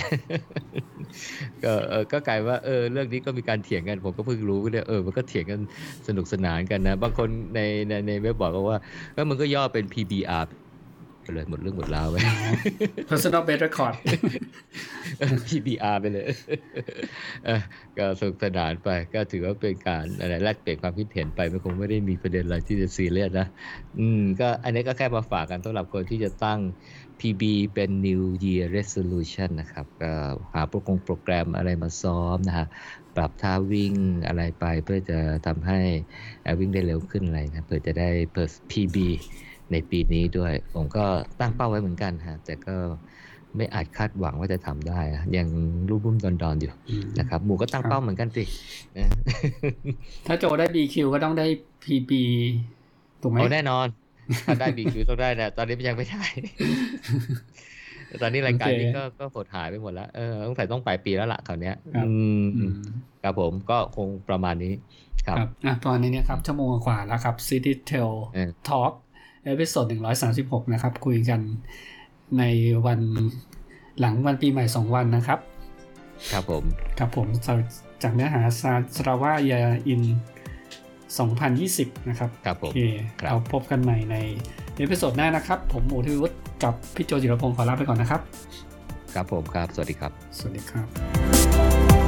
ก็กลายว่าเรื่องนี้ก็มีการเถียงกันผมก็เพิ่งรู้เนี่ยมันก็เถียงกันสนุกสนานกันนะบางคนในเว็บบอกว่ามันก็ย่อเป็น PBRเลยหมดเรื่องหมดราวไป
Personal Best Record
PBR ไปเลยก็สนุกสนานไปก็ถือว่าเป็นการอะไรแลกเปลี่ยนความคิดเห็นไปมันคงไม่ได้มีประเด็นอะไรที่จะซีเรียสนะก็อันนี้ก็แค่มาฝากกันสำหรับคนที่จะตั้ง PB เป็น New Year Resolution นะครับก็หาโปรแกรมอะไรมาซ้อมนะฮะปรับท่าวิ่งอะไรไปเพื่อจะทำให้วิ่งได้เร็วขึ้นอะไรนะเพื่อจะได้เปิด PBในปีนี้ด้วยผมก็ตั้งเป้าไว้เหมือนกันฮะแต่ก็ไม่อาจคาดหวังว่าจะทำได้ยังรุ่มดอนอยู่นะครับหมูก็ตั้งเป้าเหมือนกันสิ
ถ้าโจได้ BQ ก็ต้องได้ PB ถูกไหม
แน่นอนถ้าได้ BQ ต้องได้นะตอนนี้ยังไม่ได้ตอนนี้รายการนี้ก็หดหายไปหมดแล้วต้องปลายปีแล้วล่ะคราวนี้ครับผมก็คงประมาณนี้ครับ
ตอนนี้เนี่ยครับชั่วโมงกว่าแล้วครับ City Tail Talkเอพิโซด136นะครับคุยกันในวันหลังวันปีใหม่2วันนะครับ
ครับผม
จากเนื้อหาสราว่าเยอิน2020นะครับ
ครับผม
เราพบกันใหม่ในเอพิโซดหน้านะครับผมหมูทวิวุฒิกับพี่โจจิรพงศ์ขอลาไปก่อนนะครับ
ครับผมครับสวัสดีครับ
สวัสดีครับ